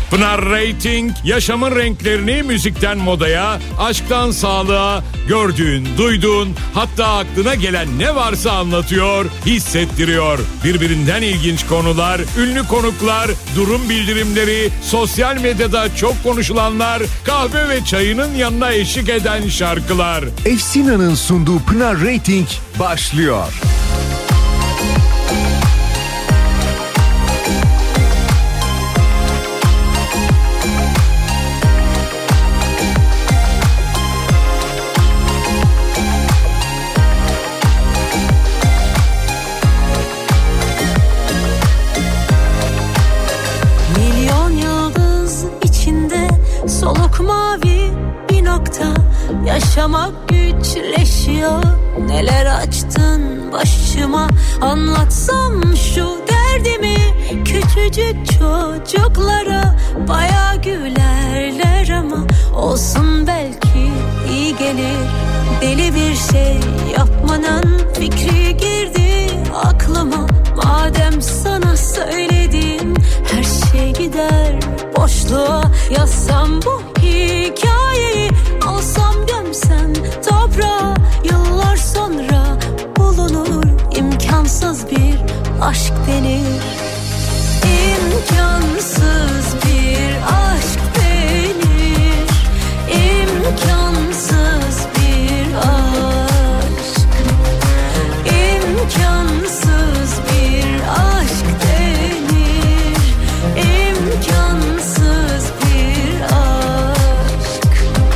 Pınar Rating, yaşamın renklerini müzikten modaya, aşktan sağlığa, gördüğün, duyduğun, hatta aklına gelen ne varsa anlatıyor, hissettiriyor. Birbirinden ilginç konular, ünlü konuklar, durum bildirimleri, sosyal medyada çok konuşulanlar, kahve ve çayının yanına eşlik eden şarkılar. Efsina'nın sunduğu Pınar Rating başlıyor. Soluk mavi bir nokta, yaşamak güçleşiyor. Neler açtın başıma, anlatsam şu derdimi küçücük çocuklara. Bayağı gülerler ama olsun, belki iyi gelir. Deli bir şey yapmanın fikri girdi aklıma. Madem sana söyledim, her şey gider boşluğa. Yazsam bu hikayeyi, alsam gömsem toprağa. Yıllar sonra bulunur imkansız bir aşk denir. İmkansız bir aşk denir. İmkansız bir aşk. İmkansız bir aşk denir. İmkansız bir aşk.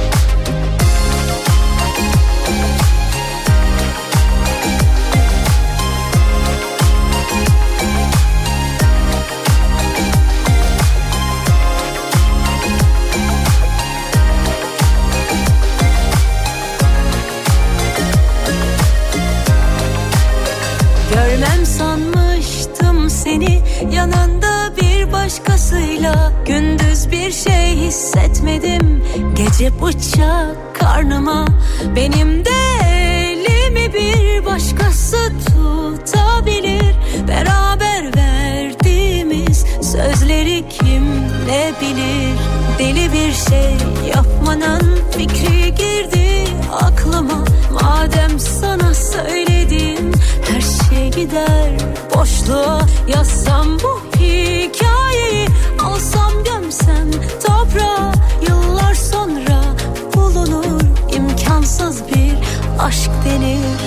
Görmem sanmıştım seni yanında bir başkasıyla. Gündüz bir şey hissetmedim, gece bıçak karnıma. Benim de elimi bir başkası tutabilir. Beraber verdiğimiz sözleri kim ne bilir. Deli bir şey yapmanın fikri girdi aklıma. Madem sana söyledim, her şey gider boşluğa. Yazsam bu hikayeyi, alsam gömsem toprağa. Yıllar sonra bulunur imkansız bir aşk denir.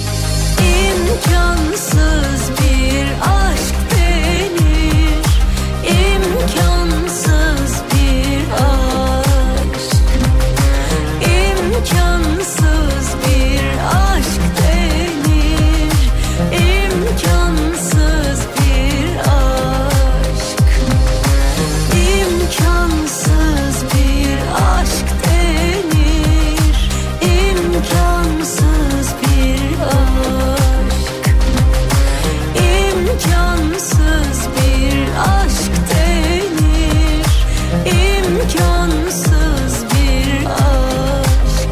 İmkansız bir aşk denir. İmkansız bir aşk. İmkansız bir aşk denir. İmkansız bir aşk. İmkansız bir aşk denir. İmkansız bir aşk. İmkansız bir aşk denir. İmkansız bir aşk.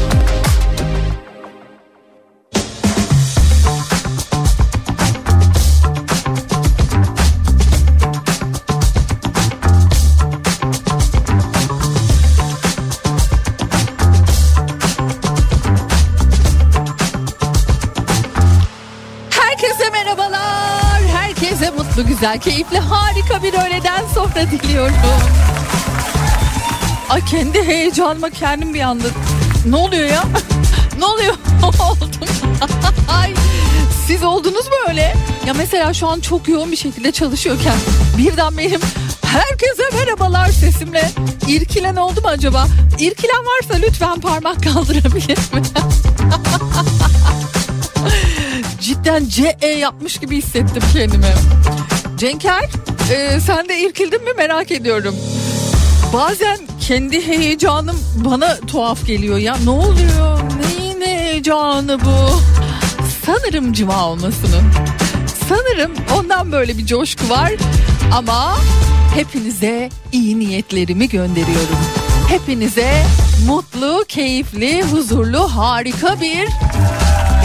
Herkese merhabalar. Herkese mutlu, güzel, keyifli, harika bir öğleden sonra diliyorum. Ay, kendi heyecanıma kendim bir anda. Ne oluyor ya? Ne oluyor? Oldum. Ay, siz oldunuz mu öyle? Ya mesela şu an çok yoğun bir şekilde çalışıyorken birden benim herkese merhabalar sesimle irkilen oldu mu acaba? İrkilen varsa lütfen parmak kaldırabilir mi? Cidden CE yapmış gibi hissettim kendimi. Cenker, sen de irkildin mi merak ediyorum. Bazen kendi heyecanım bana tuhaf geliyor ya. Ne oluyor? Neyin heyecanı bu? Sanırım cuma olmasının. Sanırım ondan böyle bir coşku var. Ama hepinize iyi niyetlerimi gönderiyorum. Hepinize mutlu, keyifli, huzurlu, harika bir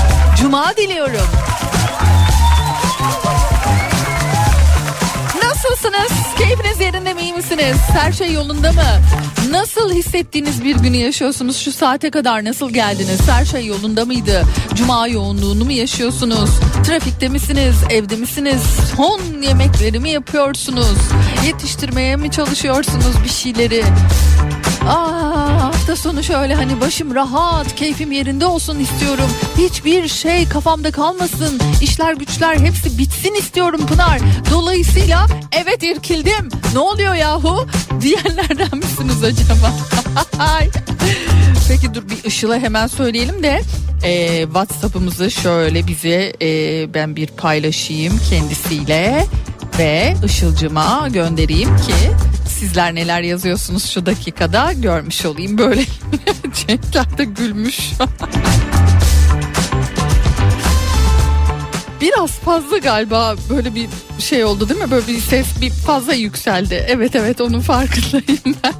cuma diliyorum. Nasıl Nasılsınız? Keyfiniz yerinde mi, iyi misiniz? Her şey yolunda mı? Nasıl hissettiğiniz bir günü yaşıyorsunuz? Şu saate kadar nasıl geldiniz? Her şey yolunda mıydı? Cuma yoğunluğunu mu yaşıyorsunuz? Trafikte misiniz? Evde misiniz? Son yemekleri mi yapıyorsunuz? Yetiştirmeye mi çalışıyorsunuz bir şeyleri? Hafta sonu şöyle hani başım rahat, keyfim yerinde olsun istiyorum. Hiçbir şey kafamda kalmasın. İşler güçler hepsi bitsin istiyorum Pınar. Dolayısıyla evet irkildim. Ne oluyor yahu? Diyenlerden misiniz acaba? Peki dur bir Işıl'a hemen söyleyelim de WhatsApp'ımızı şöyle bize ben bir paylaşayım kendisiyle ve Işıl'cıma göndereyim ki sizler neler yazıyorsunuz şu dakikada görmüş olayım. Böyle Cenkler de gülmüş. Biraz fazla galiba böyle bir şey oldu değil mi? Böyle bir ses bir fazla yükseldi. Evet onun farkındayım ben.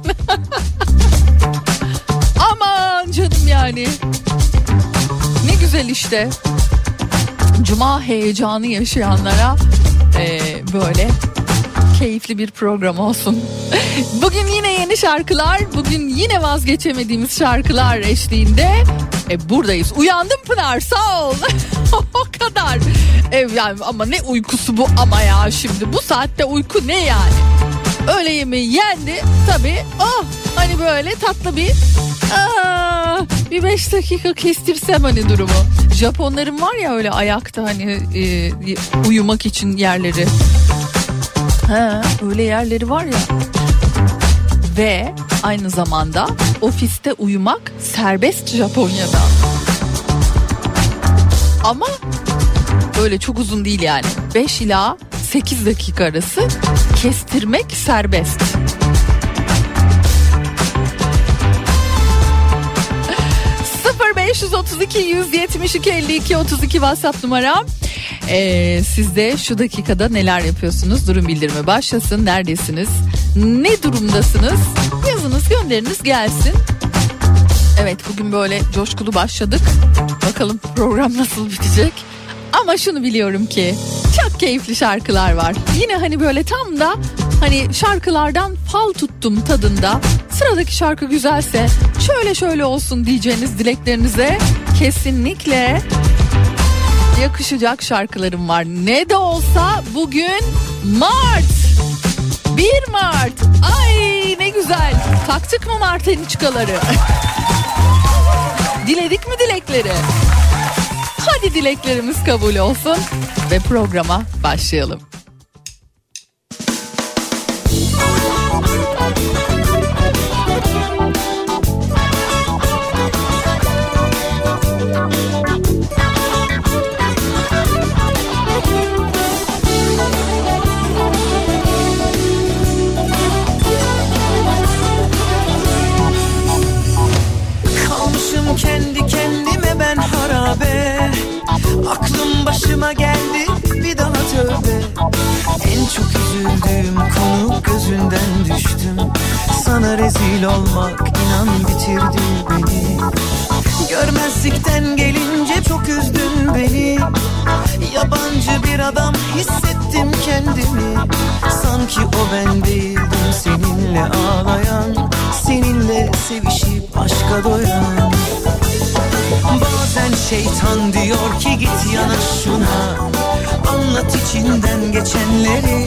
Aman canım yani. Ne güzel işte. Cuma heyecanı yaşayanlara böyle keyifli bir program olsun. Bugün yine yeni şarkılar, bugün yine vazgeçemediğimiz şarkılar eşliğinde buradayız. Uyandım Pınar, sağ ol. O kadar. Yani ama ne uykusu bu ama ya şimdi bu saatte uyku ne yani? Öğle yemeği yendi tabii. Oh hani böyle tatlı bir 5 dakika kestirsem hani durumu. Japonların var ya öyle ayakta hani uyumak için yerleri. Öyle yerleri var ya. Ve aynı zamanda ofiste uyumak serbest Japonya'da. Ama böyle çok uzun değil yani. 5 ila 8 dakika arası kestirmek serbest. ...0532-172-52-32 WhatsApp numaram. Siz de şu dakikada neler yapıyorsunuz? Durum bildirimi başlasın. Neredesiniz? Ne durumdasınız? Yazınız, gönderiniz gelsin. Evet bugün böyle coşkulu başladık. Bakalım program nasıl bitecek? Ama şunu biliyorum ki çok keyifli şarkılar var. Yine hani böyle tam da hani şarkılardan fal tuttum tadında. Sıradaki şarkı güzelse şöyle olsun diyeceğiniz dileklerinize kesinlikle yakışacak şarkılarım var. Ne de olsa bugün Mart. 1 Mart. Ay ne güzel. Taktık mı Marteniçkaları? Diledik mi dilekleri? Hadi dileklerimiz kabul olsun ve programa başlayalım. Kendi kendime ben harabe. Aklım başıma geldi bir daha tövbe. En çok üzüldüğüm konu gözünden düştüm. Sana rezil olmak inan bitirdi beni. Görmezlikten gelince çok üzdün beni. Yabancı bir adam hissettim kendimi. Sanki o ben değildim seninle ağlayan, seninle sevişip aşka doyan. Bazen şeytan diyor ki git yanaş şuna, anlat içinden geçenleri.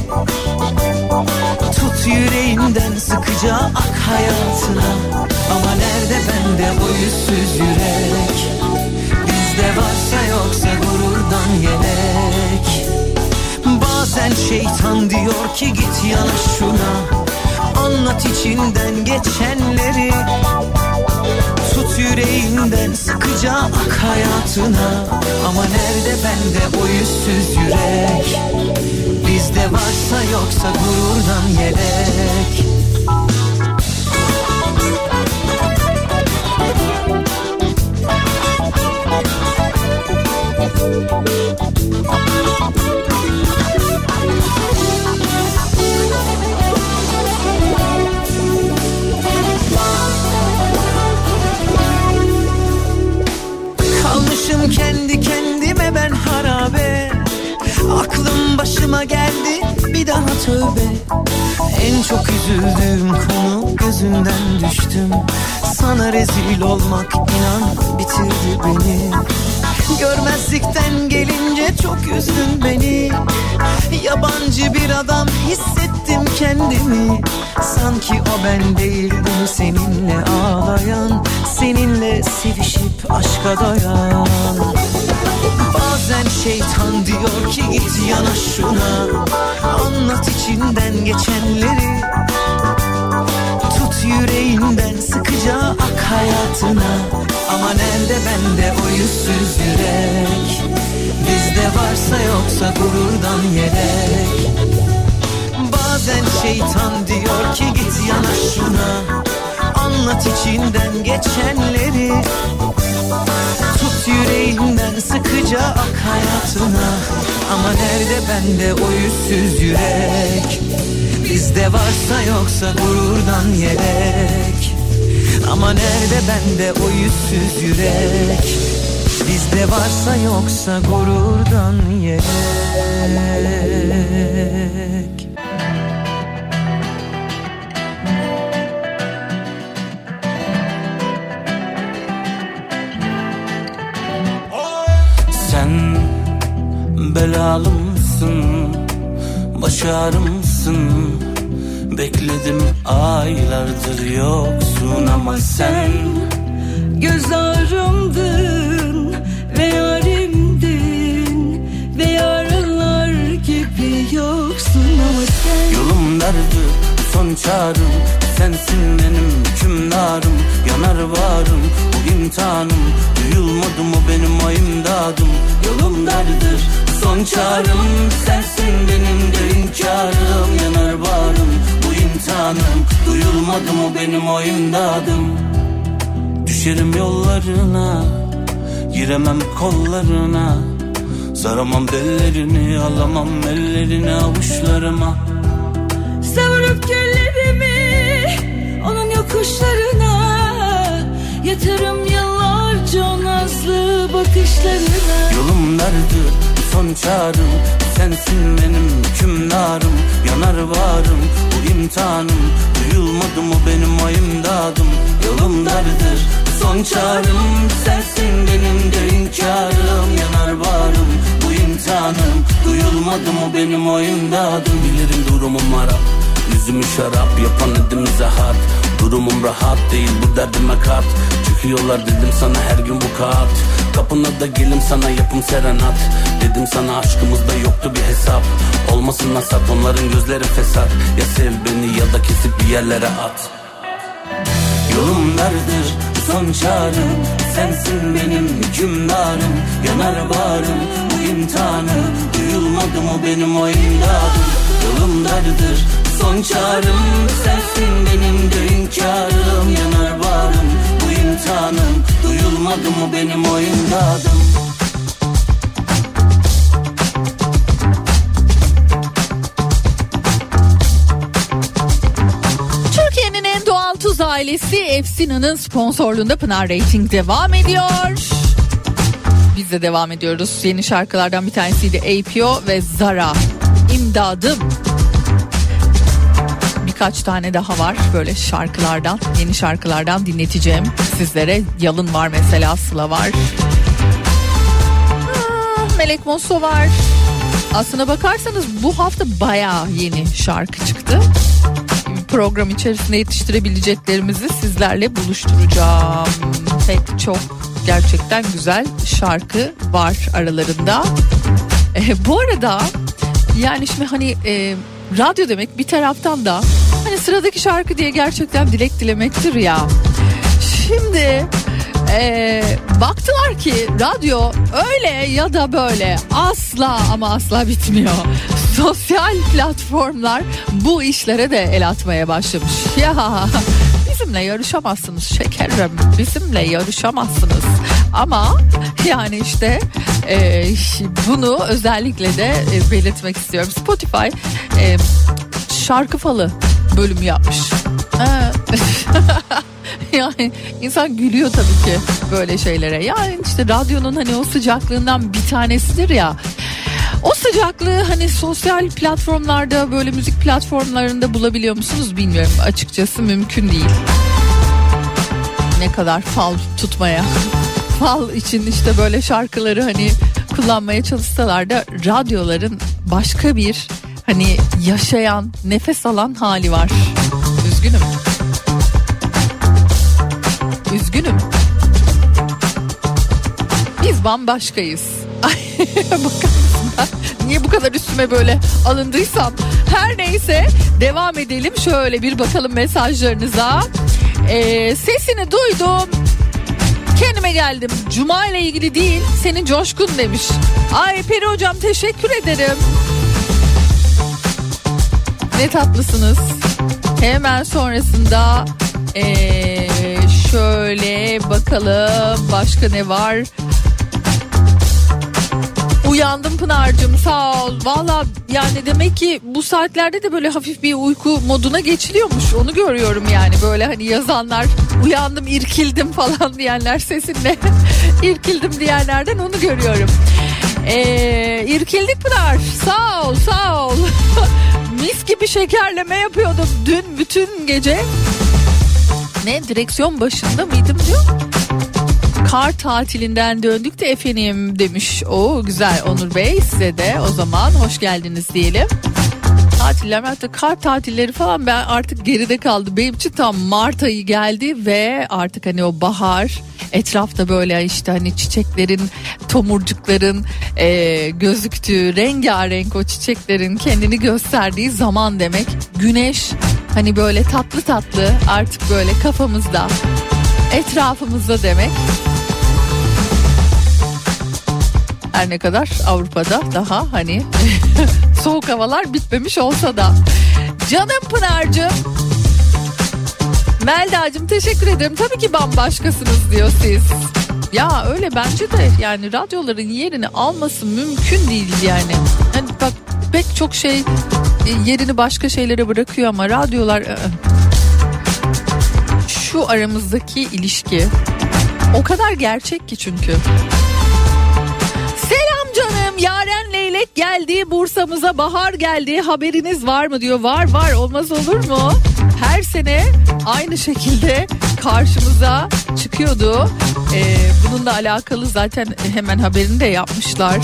Tut yüreğinden sıkıca ak hayatına. Ama nerede bende o yüzsüz yürek? Bizde varsa yoksa gururdan yelek. Bazen şeytan diyor ki git yanaş şuna, anlat içinden geçenleri. Tut yüreğinden sıkıca ak hayatına. Ama nerede bende o yüzsüz yürek? Bizde varsa yoksa gururdan yelek. Kalmışım kendi kendime ben harabe. Aklım başıma geldi bir bir daha tövbe. En çok üzüldüğüm konu, gözünden düştüm. Sana rezil olmak inan bitirdi beni. Görmezlikten gelince çok üzdün beni. Yabancı bir adam hissettim kendimi. Sanki o ben değildim, seninle ağlayan, seninle sevişip aşka doyan. Bazen şeytan diyor ki git yana şuna, anlat içinden geçenleri. Tut yüreğinden sıkıca ak hayatına. Ama nerede bende o yüzsüz yürek? Bizde varsa yoksa gururdan yelek. Bazen şeytan diyor ki git yana şuna, anlat içinden geçenleri. Tut yüreğinden sıkıca ak hayatına. Ama nerede bende o yüzsüz yürek? Bizde varsa yoksa gururdan yelek. Ama nerede bende o yüzsüz yürek? Bizde varsa yoksa gururdan yelek. Sen belalı mısın, baş ağrımsın? Bekledim aylardır yoksun ama sen göz ağrımdın ve yarimdin ve yaralar gibi yoksun ama sen. Yolum dardı, son çağrım sensin benim hükümdarım. Yanar varım bu imtihanım, duyulmadı mı benim o imdadım. Yolum dardır, son çağrım sensin benim de hünkârım. Yanar varım bu imtihanım, duyulmadı mı benim o imdadım. Düşerim yollarına, giremem kollarına. Saramam bellerini, alamam ellerini avuçlarıma. Savurup göllerimi onun yokuşlarına, yatarım yıllarca o nazlı bakışlarına. Yolum dardı, son çağrım sensin benim hükümdarım. Yanar varım bu imtihanım, duyulmadı mı benim o imdadım. Yolum dardır, son çağrım sensin benim de hünkârım. Yanar varım bu imtihanım, duyulmadı mı benim o imdadım. Bilirim durumum harap, yüzümü şarap yapan edim zahat. Durumum rahat değil, bu derdime kat. Çıkıyorlar dedim sana her gün bu kat. Kapına da gelim sana yapım serenat. Dedim sana aşkımızda yoktu bir hesap. Olmasın nasat, onların gözleri fesat. Ya sev beni ya da kesip bir yerlere at. Yolum dardır, son çağrım sensin benim hükümdarım. Yanar varım bu imtihanı, duyulmadı mı benim o imdadım. Yolum dardır, son çağrım sensin benim de hünkârım. Yanar varım bu imtihanım, duyulmadı mı benim o imdadım. Türkiye'nin en doğal tuz ailesi Efsina'nın sponsorluğunda Pınar Rating devam ediyor. Biz de devam ediyoruz. Yeni şarkılardan bir tanesiydi APO ve Zara. İmdadım. Birkaç tane daha var böyle şarkılardan, yeni şarkılardan dinleteceğim sizlere. Yalın var mesela, Sıla var. Melek Mosso var. Aslına bakarsanız bu hafta bayağı yeni şarkı çıktı. Program içerisinde yetiştirebileceklerimizi sizlerle buluşturacağım. Pek çok gerçekten güzel şarkı var aralarında. Bu arada yani şimdi hani radyo demek bir taraftan da hani sıradaki şarkı diye gerçekten dilek dilemektir ya. Şimdi baktılar ki radyo öyle ya da böyle asla ama asla bitmiyor. Sosyal platformlar bu işlere de el atmaya başlamış. Ya bizimle yarışamazsınız şekerim, bizimle yarışamazsınız. Ama yani işte bunu özellikle de belirtmek istiyorum. Spotify şarkı falı bölümü yapmış. Yani insan gülüyor tabii ki böyle şeylere. Yani işte radyonun hani o sıcaklığından bir tanesidir ya. O sıcaklığı hani sosyal platformlarda, böyle müzik platformlarında bulabiliyor musunuz bilmiyorum. Açıkçası mümkün değil. Ne kadar fal tutmaya, fal için işte böyle şarkıları hani kullanmaya çalışsalar da radyoların başka bir hani yaşayan, nefes alan hali var. Üzgünüm. Üzgünüm. Biz bambaşkayız. Bakar mısın? Niye bu kadar üstüme böyle alındıysam. Her neyse, devam edelim. Şöyle bir bakalım mesajlarınıza. Sesini duydum, kendime geldim. Cuma ile ilgili değil, senin coşkun demiş. Ay Peri hocam, teşekkür ederim. Ne tatlısınız. Hemen sonrasında şöyle bakalım başka ne var. Uyandım Pınar'cığım, sağ ol. Valla yani demek ki bu saatlerde de böyle hafif bir uyku moduna geçiliyormuş. Onu görüyorum yani, böyle hani yazanlar, uyandım irkildim falan diyenler, sesinle irkildim diyenlerden onu görüyorum. İrkildik Pınar, sağ ol sağ ol. Mis gibi şekerleme yapıyordum dün bütün gece. Ne, direksiyon başında mıydım diyor. Kar tatilinden döndük de efendim demiş. Oo güzel Onur Bey, size de o zaman hoş geldiniz diyelim. Tatiller, hatta kar tatilleri falan ben artık geride kaldı. Benim için tam Mart ayı geldi ve artık hani o bahar, etrafta böyle işte hani çiçeklerin, tomurcukların gözüktüğü, rengarenk o çiçeklerin kendini gösterdiği zaman demek. Güneş hani böyle tatlı tatlı artık böyle kafamızda, etrafımızda demek. Her ne kadar Avrupa'da daha hani soğuk havalar bitmemiş olsa da. Canım Pınar'cığım, Melda'cığım teşekkür ederim. Tabii ki bambaşkasınız diyor siz. Ya öyle, bence de yani radyoların yerini alması mümkün değil yani. Hani bak, pek çok şey yerini başka şeylere bırakıyor ama radyolar... Şu aramızdaki ilişki o kadar gerçek ki çünkü. Selam canım, Yaren Leylek geldi Bursa'mıza, bahar geldi, haberiniz var mı diyor. Var olmaz olur mu? Her sene aynı şekilde karşımıza çıkıyordu. Bununla alakalı zaten hemen haberini de yapmışlar.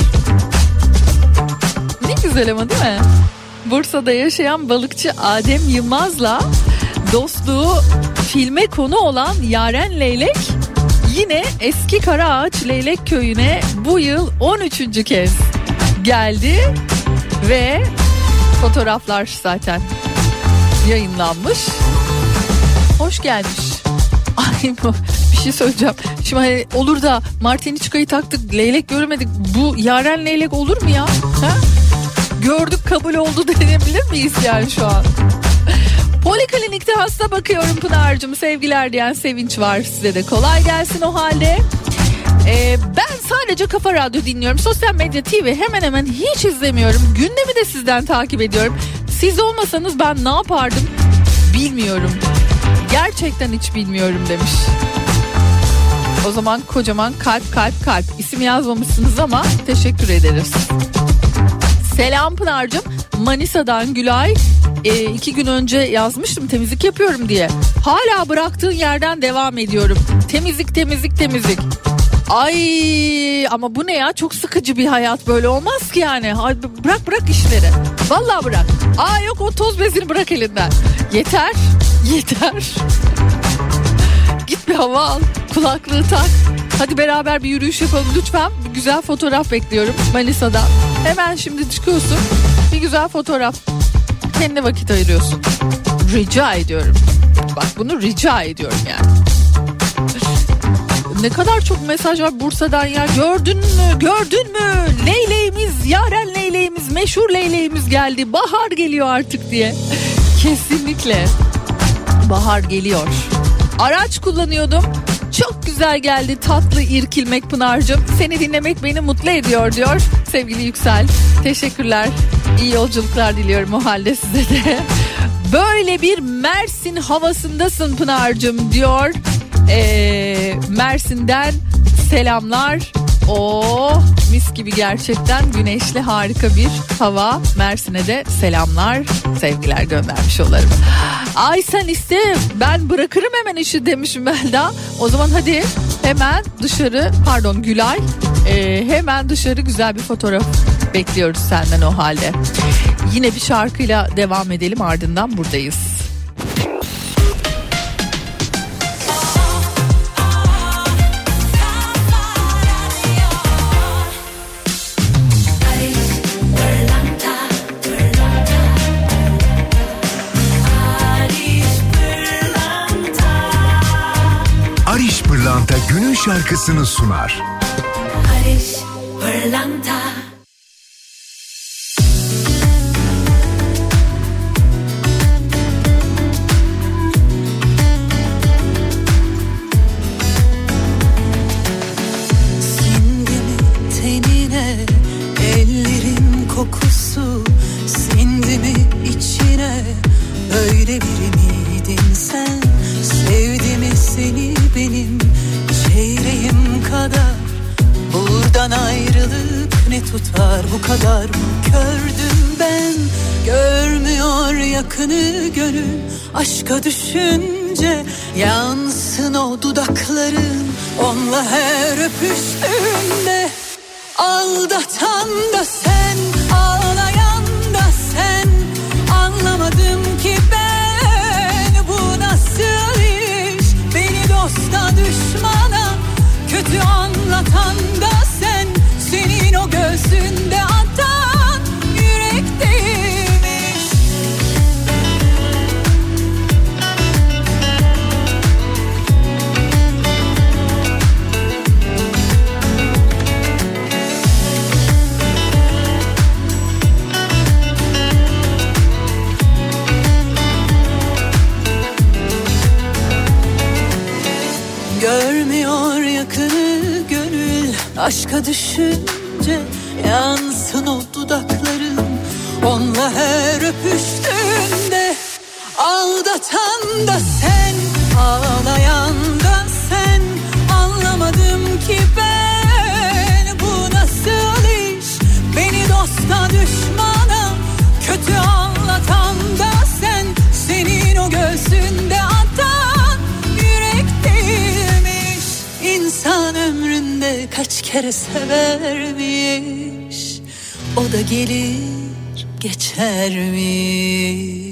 Ne güzel ama değil mi? Bursa'da yaşayan balıkçı Adem Yılmaz'la dostluğu filme konu olan Yaren Leylek yine Eski Karaağaç Leylek Köyü'ne bu yıl 13. kez geldi ve fotoğraflar zaten yayınlanmış. Hoş gelmiş. Ay bir şey söyleyeceğim. Şimdi hani olur da Martiniçka'yı taktık, leylek göremedik. Bu Yaren Leylek olur mu ya? Ha? Gördük, kabul oldu denebilir miyiz yani şu an? Poliklinikte hasta bakıyorum Pınar'cığım, sevgiler diyen Sevinç var, size de kolay gelsin o halde. Ben sadece Kafa Radyo dinliyorum, sosyal medya, TV hemen hemen hiç izlemiyorum, gündemi de sizden takip ediyorum. Siz olmasanız ben ne yapardım bilmiyorum, gerçekten hiç bilmiyorum demiş. O zaman kocaman kalp isim yazmamışsınız ama teşekkür ederiz. Selam Pınar'cığım, Manisa'dan Gülay. 2 gün önce yazmıştım temizlik yapıyorum diye. Hala bıraktığın yerden devam ediyorum. Temizlik. Ay ama bu ne ya, çok sıkıcı bir hayat, böyle olmaz ki yani. Bırak işleri. Vallahi bırak. Yok o toz bezini bırak elinden. Yeter. Git bir hava al. Kulaklığı tak. Hadi beraber bir yürüyüş yapalım lütfen. Bir güzel fotoğraf bekliyorum Manisa'da. Hemen şimdi çıkıyorsun. Bir güzel fotoğraf. Kendine vakit ayırıyorsun. Rica ediyorum. Bak bunu rica ediyorum yani. Ne kadar çok mesaj var Bursa'dan ya. Gördün mü? Leyleğimiz, Yaren Leyleğimiz, meşhur Leyleğimiz geldi. Bahar geliyor artık diye. Kesinlikle. Bahar geliyor. Araç kullanıyordum. Çok güzel geldi tatlı irkilmek Pınar'cığım. Seni dinlemek beni mutlu ediyor diyor sevgili Yüksel. Teşekkürler. İyi yolculuklar diliyorum o halde size de. Böyle bir Mersin havasındasın Pınar'cığım diyor. Mersin'den selamlar. Oh, mis gibi gerçekten, güneşli harika bir hava. Mersin'e de selamlar, sevgiler göndermiş olalım. Ay sen iste, ben bırakırım hemen işi demişim Melda. O zaman hadi hemen dışarı, pardon Gülay, hemen dışarı güzel bir fotoğraf bekliyoruz senden o halde. Yine bir şarkıyla devam edelim, ardından buradayız. Ariş Pırlanta günün şarkısını sunar. Ariş Pırlanta. Sindi mi tenine ellerin kokusu, sindi mi içine, öyle biri miydin sen? Sevdi mi seni benim çeyreğim kadar? Buradan ayrılık ne tutar, bu kadar mı kördüm ben? Görmüyor yakını gönül, aşka düşünce yansın o dudakların, onunla her öpüştüğünde. Aldatan da sen, ağlayan da sen, anlamadım ki ben bu nasıl iş? Beni dosta düşmana kötü anlatan da sen, senin o göğsünde atan yürekteymiş. Görmüyor yakını gönül, aşka düşünce yansın o dudakların, onunla her öpüştüğünde. Aldatan da sen, ağlayan da sen, anlamadım ki ben bu nasıl iş? Beni dosta düşmana kötü anlatan da sen, senin o göğsünde atan yürekteymiş. İnsan ömründe kaç kere severmiş, o da gelir geçermiş.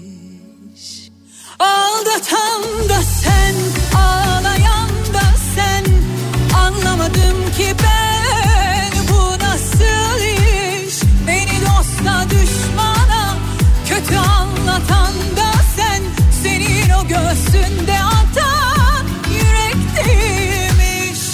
Aldatan da sen, ağlayan da sen, anlamadım ki ben bu nasıl iş? Beni dosta düşmana kötü anlatan da sen, senin o göğsünde atan yürekteymiş.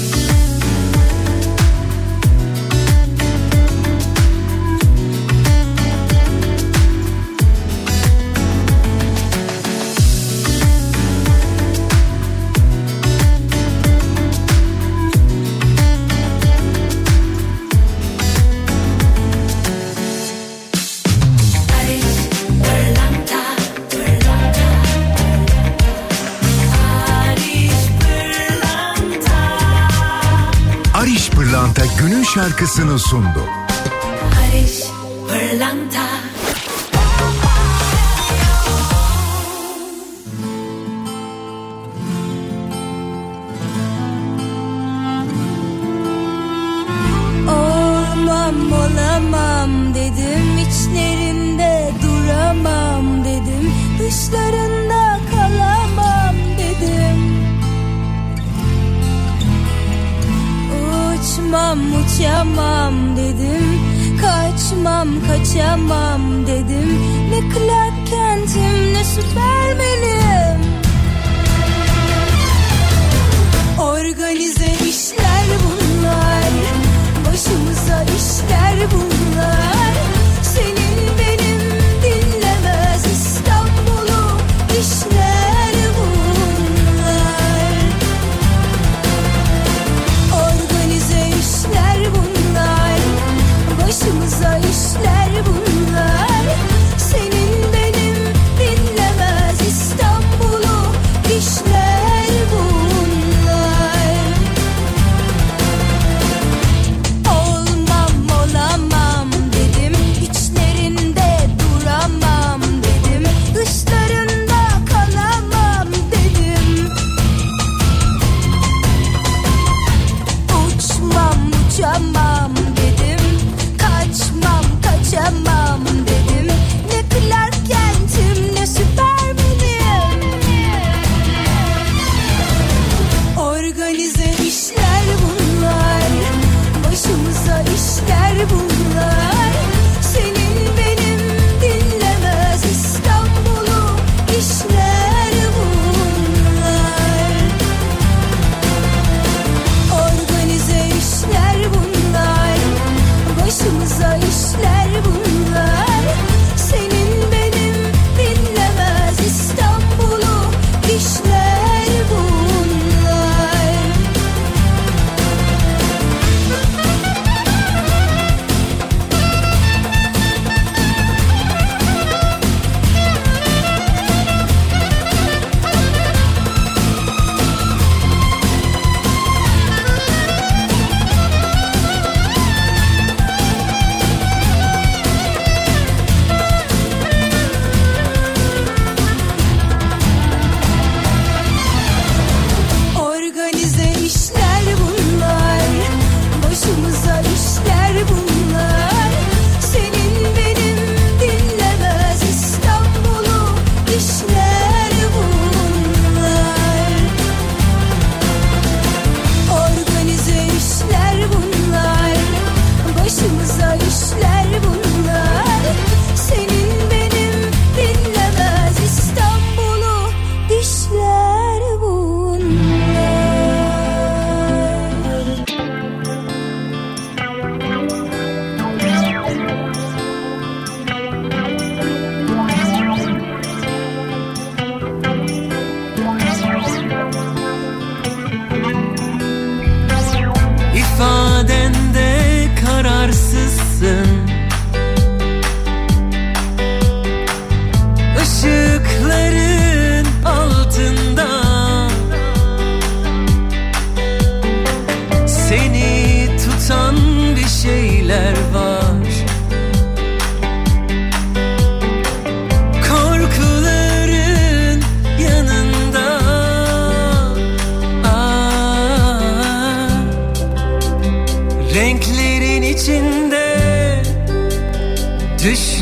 Ariş Pırlanta günün şarkısını sundu. Ariş Pırlanta. Olmam olamam dedim, içlerimde duramam dedim, dışlarında kalamam dedim. Uçmam uçamam dedim, kaçmam kaçamam dedim, ne Clark Kent'im ne Süpermen'im. Organize işler bunlar, başımıza işler bunlar. Senin benim dinlemez İstanbul'u işler bunlar. Organize işler bunlar, başımıza işler bunlar. Senin benim dinlemez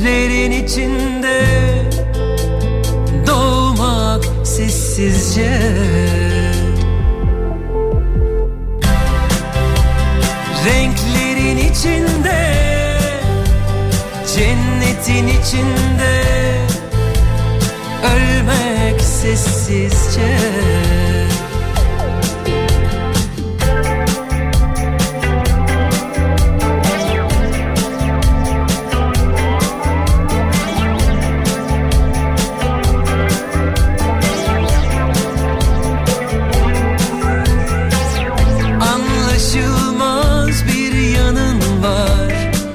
Düşlerin içinde doğmak sessizce. Renklerin içinde, cennetin içinde ölmek sessizce. Anlaşılmaz bir yanın var,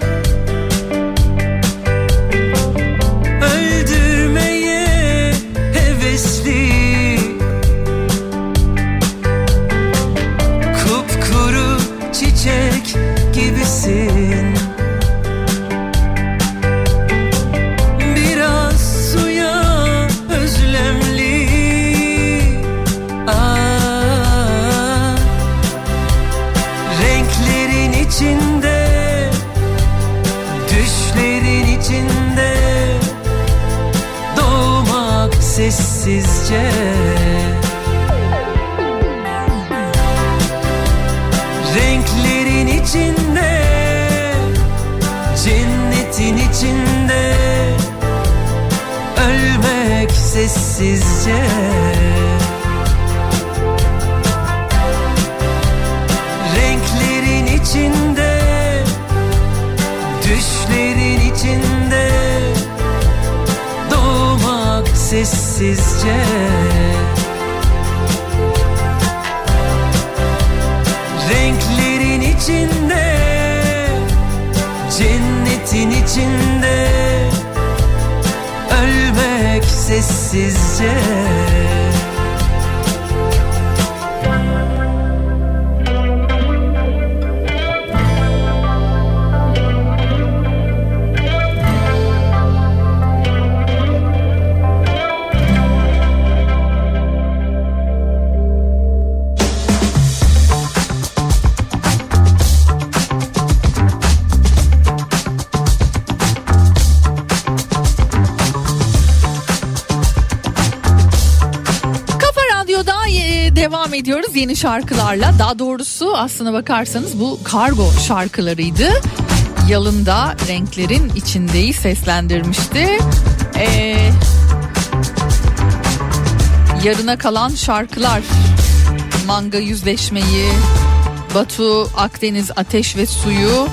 öldürmeye hevesli. Kupkuru çiçek gibisin. Biraz suya özlemli. Renklerin içinde, düşlerin içinde doğmak sessizce. Renklerin içinde, cennetin içinde ölmek sessizce. Renklerin içinde, düşlerin içinde doğmak sessizce. Renklerin içinde, cennetin içinde ölmek sessizce. Devam ediyoruz yeni şarkılarla. Daha doğrusu aslına bakarsanız bu kargo şarkılarıydı. Yalın da Renklerin İçinde'yi seslendirmişti. Yarına kalan şarkılar: Manga Yüzleşmeyi, Batu Akdeniz Ateş ve Suyu,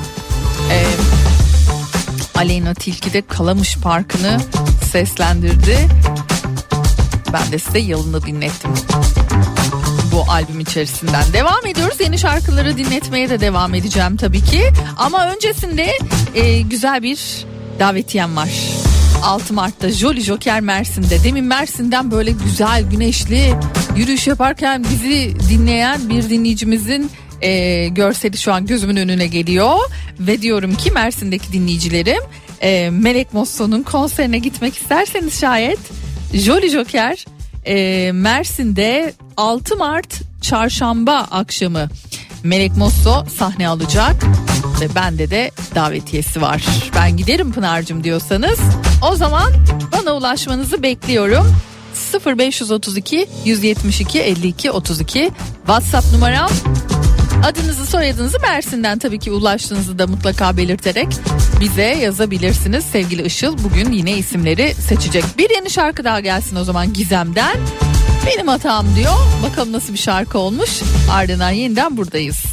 Aleyna Tilki de Kalamış Parkı'nı seslendirdi. Ben de size Yalın'ı dinlettim bu albüm içerisinden. Devam ediyoruz. Yeni şarkıları dinletmeye de devam edeceğim tabii ki. Ama öncesinde güzel bir davetiyem var. 6 Mart'ta Jolly Joker Mersin'de. Demin Mersin'den böyle güzel güneşli yürüyüş yaparken bizi dinleyen bir dinleyicimizin görseli şu an gözümün önüne geliyor. Ve diyorum ki Mersin'deki dinleyicilerim, Melek Mosso'nun konserine gitmek isterseniz şayet, Jolly Joker Mersin'de 6 Mart Çarşamba akşamı Melek Mosso sahne alacak ve bende de davetiyesi var. Ben giderim Pınar'cığım diyorsanız o zaman bana ulaşmanızı bekliyorum. 0532 172 52 32 WhatsApp numaram. Adınızı, soyadınızı, Mersin'den tabii ki ulaştığınızı da mutlaka belirterek bize yazabilirsiniz. Sevgili Işıl bugün yine isimleri seçecek. Bir yeni şarkı daha gelsin o zaman Gizem'den. Benim hatam diyor. Bakalım nasıl bir şarkı olmuş. Ardından yeniden buradayız.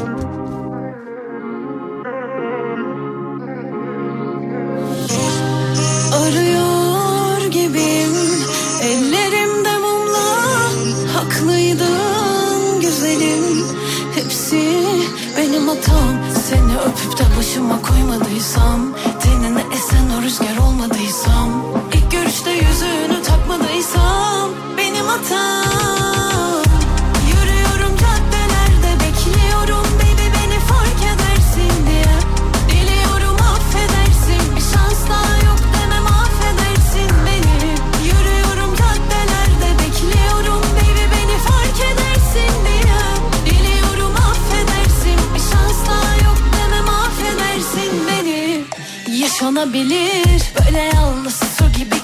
Arıyor gibiyim ellerimde mumla, haklıydın güzelim, hepsi benim hatam. Seni öpüp de başıma koymadıysam, tenine esen o rüzgar olmadıysam, ilk görüşte yüzüğünü takmadıysam benim hatam. Yürüyorum caddelerde bekliyorum baby beni fark edersin diye. Diliyorum affedersin, bir şans daha yok demem affedersin beni. Yürüyorum caddelerde bekliyorum baby beni fark edersin diye. Diliyorum affedersin, bir şans daha yok demem affedersin beni. Yaşanabilir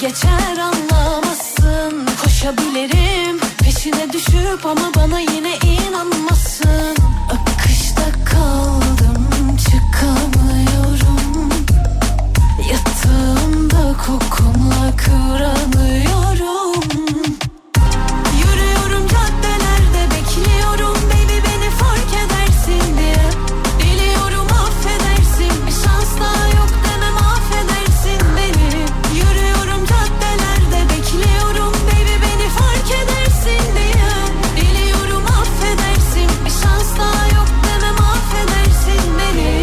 geçer anlamazsın. Koşabilirim peşine düşüp ama bana yine inanmazsın. Akışta kaldım çıkamıyorum. Yatağımda kokunla kıranıyorum. Yürüyorum caddelerde bekliyorum baby beni fark edersin diye. Biliyorum affedersin bir şans daha yok demem affedersin beni. Yürüyorum caddelerde bekliyorum baby beni fark edersin diye. Biliyorum affedersin bir şans daha yok demem affedersin beni.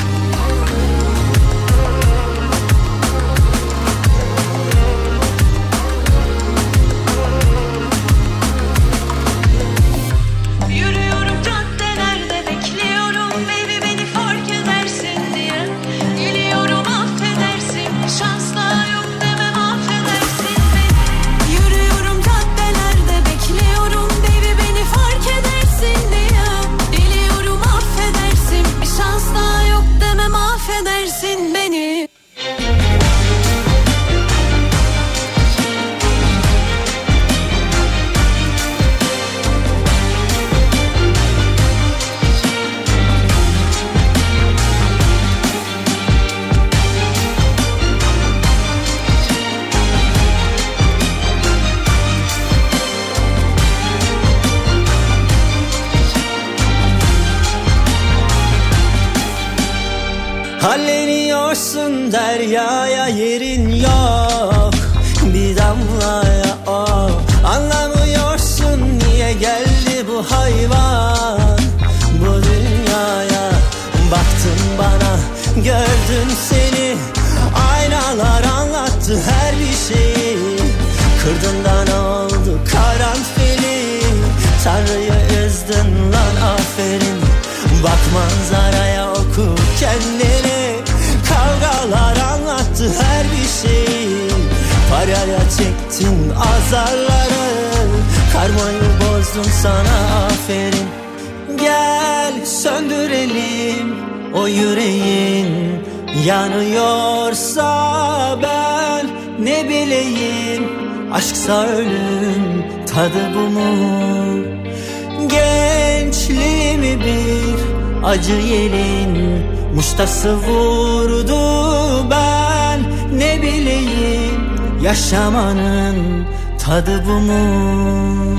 Yürüyorum caddelerde bekliyorum baby beni fark edersin diye. Biliyorum affedersin bir şans daha yok demem affedersin beni. Yürüyorum caddelerde bekliyorum baby beni fark edersin diye. Biliyorum affedersin bir şans daha yok demem affedersin beni. Halleniyorsun deryaya yerin yok. Bir damlaya o. Anlamıyorsun niye geldi bu hayvan bu dünyaya. Baktın bana gördün seni. Aynalar anlattı her bir şeyi. Kırdın da ne oldu karanfili. Tanrı'yı üzdün lan aferin. Bak manzaraya oku kendini. Kavgalar anlattı her bir şeyi. Paraya çektin azarları. Karmayı bozdun sana aferin. Gel söndürelim o yüreğin. Yanıyorsa ben ne bileyim. Aşksa ölüm tadı bu mu? Gençliğimi bir acı yelin muştası vurdu. Ben ne bileyim yaşamanın tadı bu mu?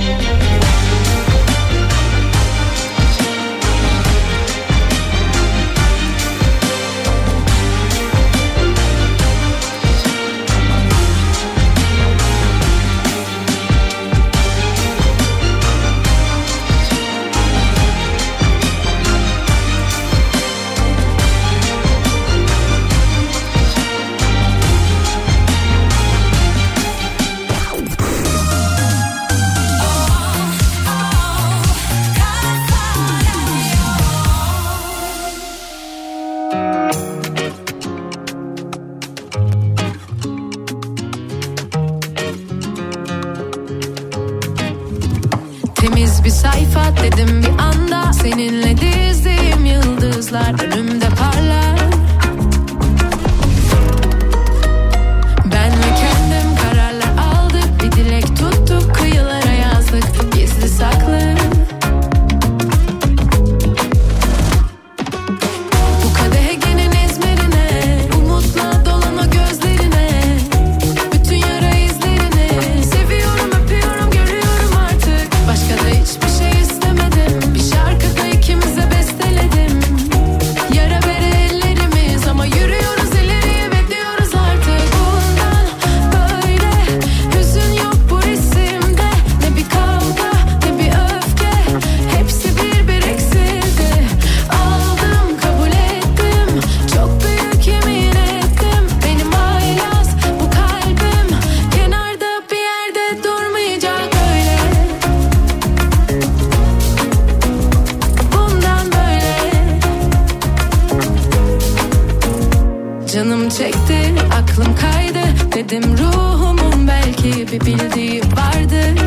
Temiz bir sayfa dedim bir anda. Seninle dizdiğim yıldızlar önümde parlar. Ben ve kendim kararlar aldık. Bir dilek tuttuk kıyılara yazdık. Gizli saklı. Bu kadehegenin izmerine. Umutla dolan o gözlerine. Bütün yara izlerini. Seviyorum öpüyorum görüyorum artık. Başka da hiçbir şey istemedim. Bir şarkıda ikimize besteledim. Yara bere ellerimiz ama yürüyoruz ileriye ve diyoruz artık. Bundan böyle hüzün yok bu resimde. Ne bir kavga ne bir öfke. Hepsi bir eksildi. Aldım kabul ettim. Çok büyük yemin ettim. Benim haylaz bu kalbim. Kenarda bir yerde durmayacak öyle. Bundan böyle canım çekti, aklım kaydı. Dedim ruhumun belki bir bildiği vardır.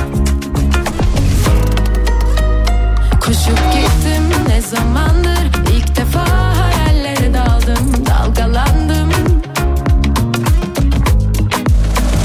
Koşup gittim ne zamandır. İlk defa hayallere daldım, dalgalandım.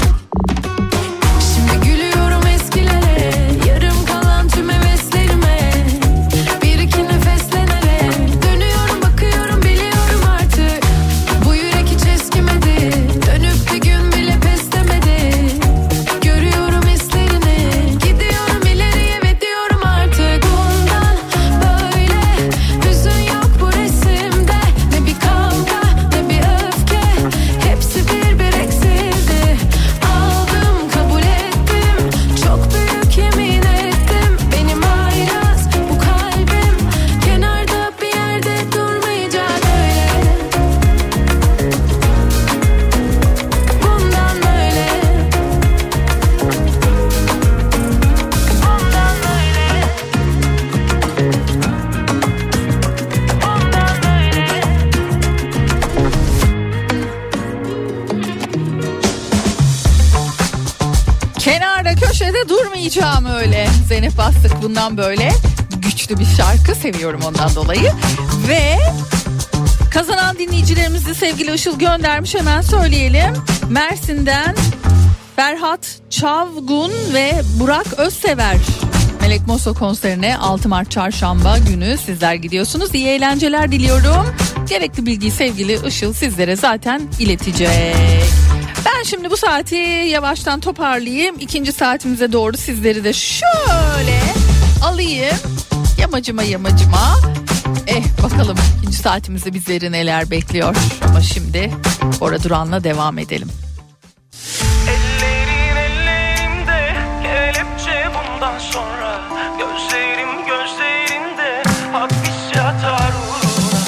Bırakamayacağım öyle. Zeynep Bastık bundan böyle güçlü bir şarkı, seviyorum ondan dolayı. Ve kazanan dinleyicilerimizi sevgili Işıl göndermiş, hemen söyleyelim. Mersin'den Ferhat Çavgun ve Burak Özsever Melek Mosso konserine 6 Mart çarşamba günü sizler gidiyorsunuz. İyi eğlenceler diliyorum. Gerekli bilgiyi sevgili Işıl sizlere zaten iletecek. Ben şimdi bu saati yavaştan toparlayayım. İkinci saatimize doğru sizleri de şöyle alayım. Yamacıma. Bakalım ikinci saatimizde bizleri neler bekliyor. Ama şimdi Bora Duran'la devam edelim. Ellerin ellerimde, kelepçe bundan sonra. Gözlerim gözlerinde, hapis yatar uğruna.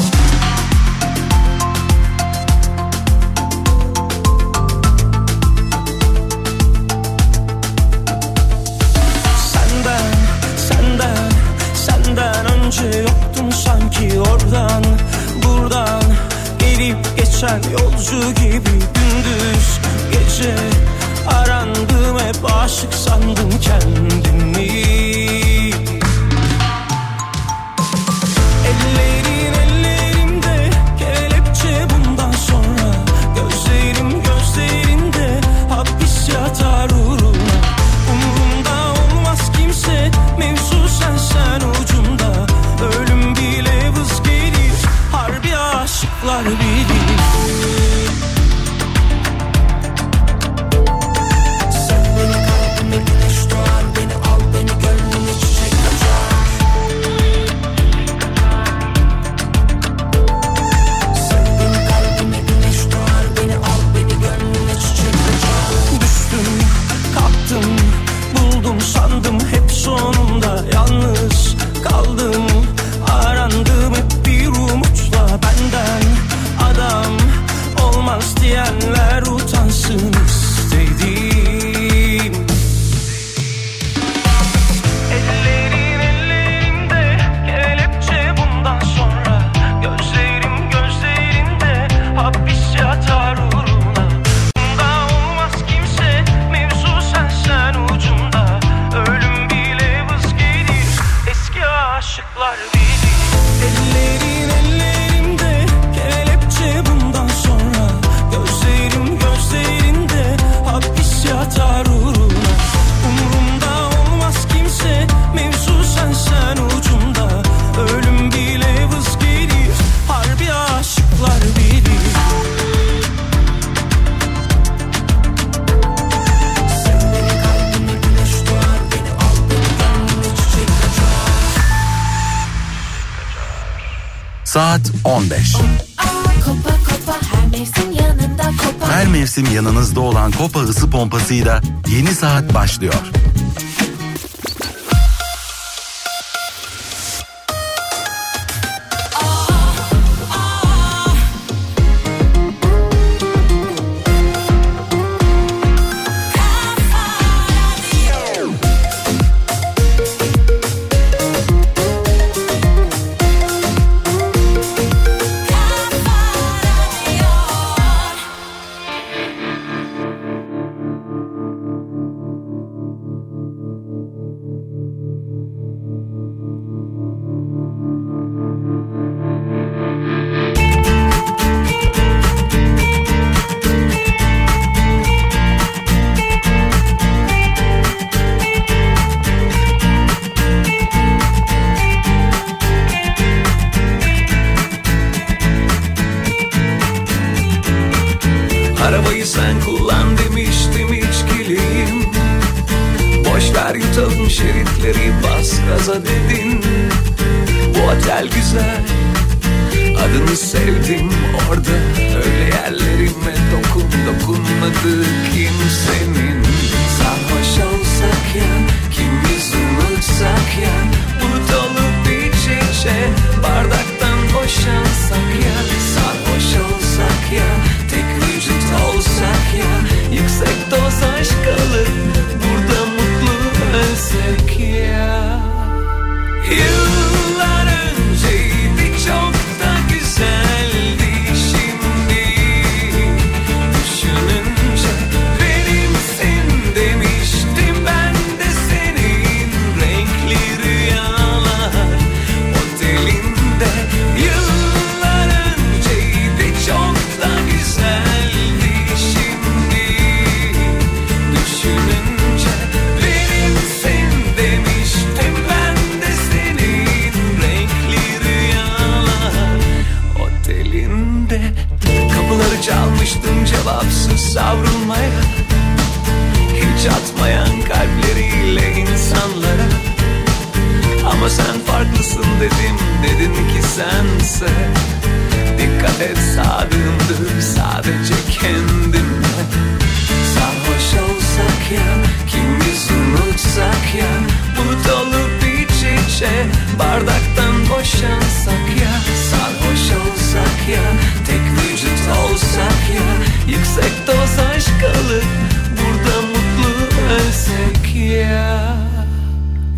Senden önce yoktum sanki, oradan buradan gelip geçen yolcu gibi. Gündüz gece arandım, hep aşık sandım kendimi. Ellerin ellerimde, kelepçe bundan sonra. Gözlerim gözlerinde, hapis yatar uğruna. Umurumda olmaz kimse, mevzu sen ucunda. Ölüm bile vız gelir, harbi aşıklar bilir. Sen beni kalbime güneş doğar, beni al beni gönlüme çiçek açar. Sen beni kalbime güneş doğar, beni al beni gönlüme çiçek açar. Düştüm kalktım, buldum sandım hep sonunda. Yalnız kaldım, arandım hep bir umutla. Benden adam olmaz diyenler utansın istedim. Ellerin ellerimde, kelepçe bundan sonra. Gözlerim gözlerinde, hapis yatar uğruna. Bunda olmaz kimse, mevzu sen ucunda. Ölüm bile vız gelir, eski aşıklar bilir. Ellerin ellerimde, kelepçe bundan sonra. Gözlerim gözlerinde, hapis yatar uğruna. Umurumda olmaz kimse, mevzu sen ucunda. Ölüm bile vız gelir, harbi aşıklar bilir. Sen beni kalbime güneş doğar, beni al beni gönlüme çiçek açar. Saat 15. Kopa kopa her mevsim yanında kopa. Her mevsim yanınızda olan Kopa ısı pompasıyla yeni saat başlıyor. Arabayı sen kullan demiştim, içkiliyim. Boş ver yutalım şeritleri, bas gaza dedin. Bu otel güzel, adını sevdim orada. Öyle yerlerime dokunmadı kimsenin. Sarhoş olsak ya, kimiz unutsak ya. Bulut olup iç içe, bardaktan boşansak ya. Sarhoş olsak ya, tek vücut olsak ya. Yüksek doz aşk alır, burada mutlu ölsek ya. Yıllar önceydi, çok da güzeldi şimdi. Düşününce benimsin demiştim ben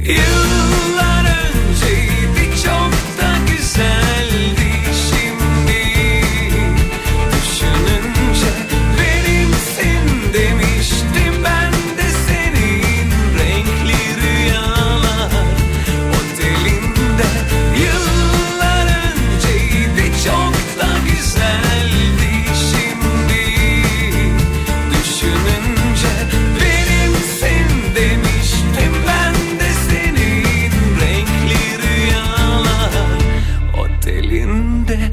Yıllar önceydi, çok da güzeldi şimdi. Düşününce benimsin demiştim ben de senin renkli rüyalar otelinde. Yıllar önceydi, çok da güzeldi şimdi. Düşününce benimsin demiştim ben de senin renkli rüyalar otelinde.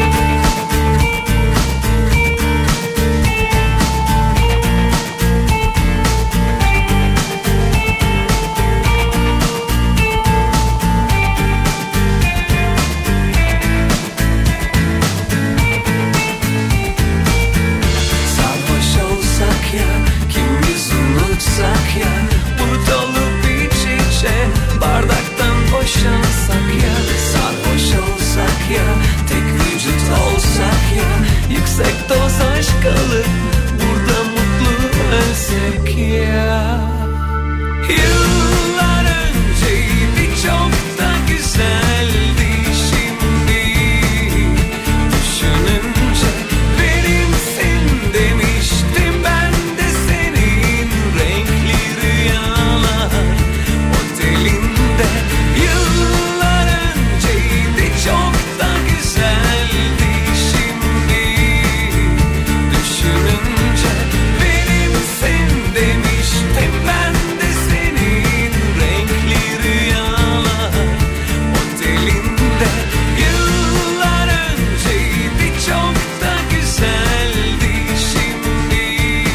Sarhoş olsak ya, kimimiz unutsak ya, burada olup iç içe bardaktan boşansak ya. Sarhoş olsak ya, tek vücut olsak ya, yüksek doz aşk alıp burada mutlu ölsek ya. Yıllar önceydi, çok da güzeldi şimdi. Düşününce benimsin demiştim ben de senin renkli rüyalar otelinde. Yıllar önceydi, çok da güzeldi şimdi. Düşününce benimsin demiştim ben de senin renkli rüyalar otelinde. Yıllar önceydi, çok da güzeldi şimdi.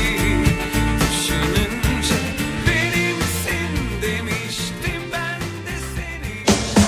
Düşününce benimsin demiştim ben de senin.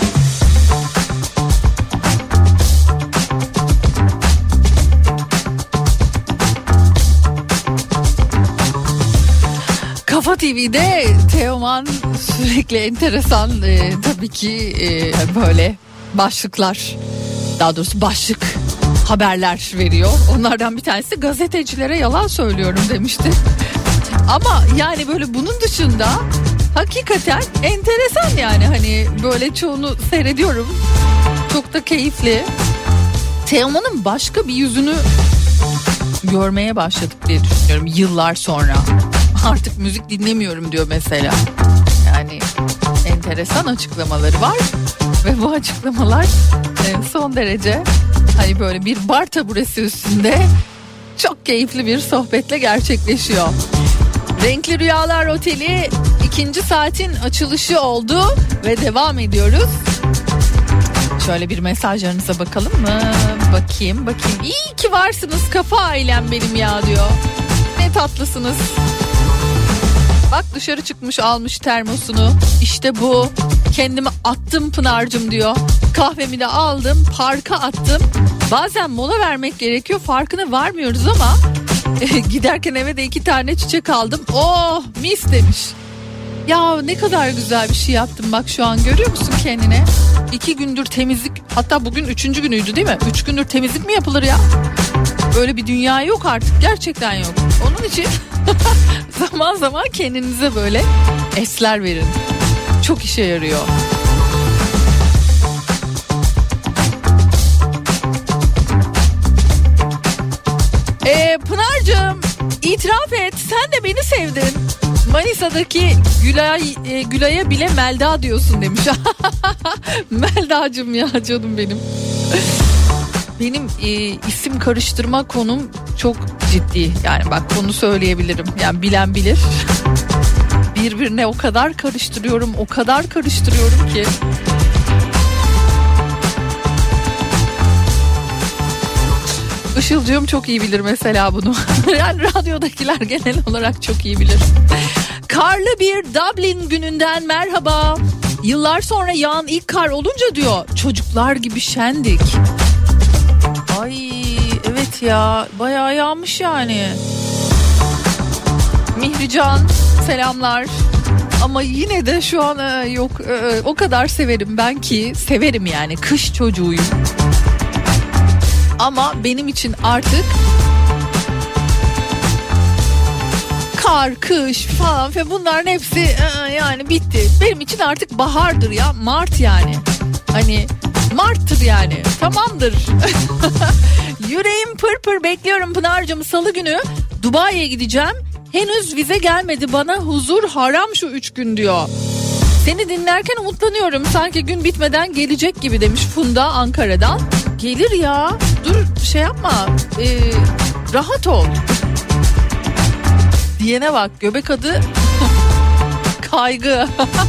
Kafa TV'de Teoman sürekli enteresan tabii ki böyle başlıklar, daha doğrusu başlık haberler veriyor. Onlardan bir tanesi gazetecilere yalan söylüyorum demişti. Ama yani böyle bunun dışında hakikaten enteresan, yani hani böyle çoğunu seyrediyorum. Çok da keyifli. Teoman'ın başka bir yüzünü görmeye başladık diye düşünüyorum yıllar sonra. Artık müzik dinlemiyorum diyor mesela. Yani enteresan açıklamaları var ve bu açıklamalar son derece hani böyle bir bar taburesi üstünde çok keyifli bir sohbetle gerçekleşiyor. Renkli Rüyalar Oteli 2. saatin açılışı oldu ve devam ediyoruz. Şöyle bir mesajlarınıza bakalım mı? Bakayım. İyi ki varsınız kafa ailem benim ya diyor. Ne tatlısınız. Bak dışarı çıkmış, almış termosunu. İşte bu. Kendimi attım Pınar'cığım diyor. Kahvemi de aldım, parka attım. Bazen mola vermek gerekiyor, farkına varmıyoruz ama giderken eve de 2 tane çiçek aldım. Oh mis demiş. Ya ne kadar güzel bir şey yaptım, bak şu an görüyor musun kendine? 2 gündür temizlik, hatta bugün 3. günüydü değil mi? 3 gündür temizlik mi yapılır ya? Öyle bir dünya yok artık, gerçekten yok. Onun için zaman zaman kendinize böyle esler verin. Çok işe yarıyor. Pınar'cığım itiraf et, sen de beni sevdin. Manisa'daki Gülay'a bile Melda diyorsun demiş. Melda'cığım ya, canım benim. Benim isim karıştırma konum çok ciddi. Yani bak bunu söyleyebilirim. Yani bilen bilir. Birbirine o kadar karıştırıyorum ki. Işılcığım çok iyi bilir mesela bunu. Yani radyodakiler genel olarak çok iyi bilir. Karlı bir Dublin gününden merhaba. Yıllar sonra yağan ilk kar olunca diyor, çocuklar gibi şendik. Ay evet ya, bayağı yağmış yani. Mihrican selamlar. Ama yine de şu an yok o kadar severim ben ki, severim yani, kış çocuğuyum. Ama benim için artık kar, kış falan ve bunların hepsi yani bitti. Benim için artık bahardır ya, Mart yani. Hani Mart'tır yani, tamamdır. Yüreğim pırpır bekliyorum Pınar'cığım, salı günü Dubai'ye gideceğim. Henüz vize gelmedi bana, huzur haram şu 3 gün diyor. Seni dinlerken umutlanıyorum, sanki gün bitmeden gelecek gibi demiş Funda Ankara'dan. Gelir ya, dur şey yapma, rahat ol. Diyene bak, göbek adı kaygı.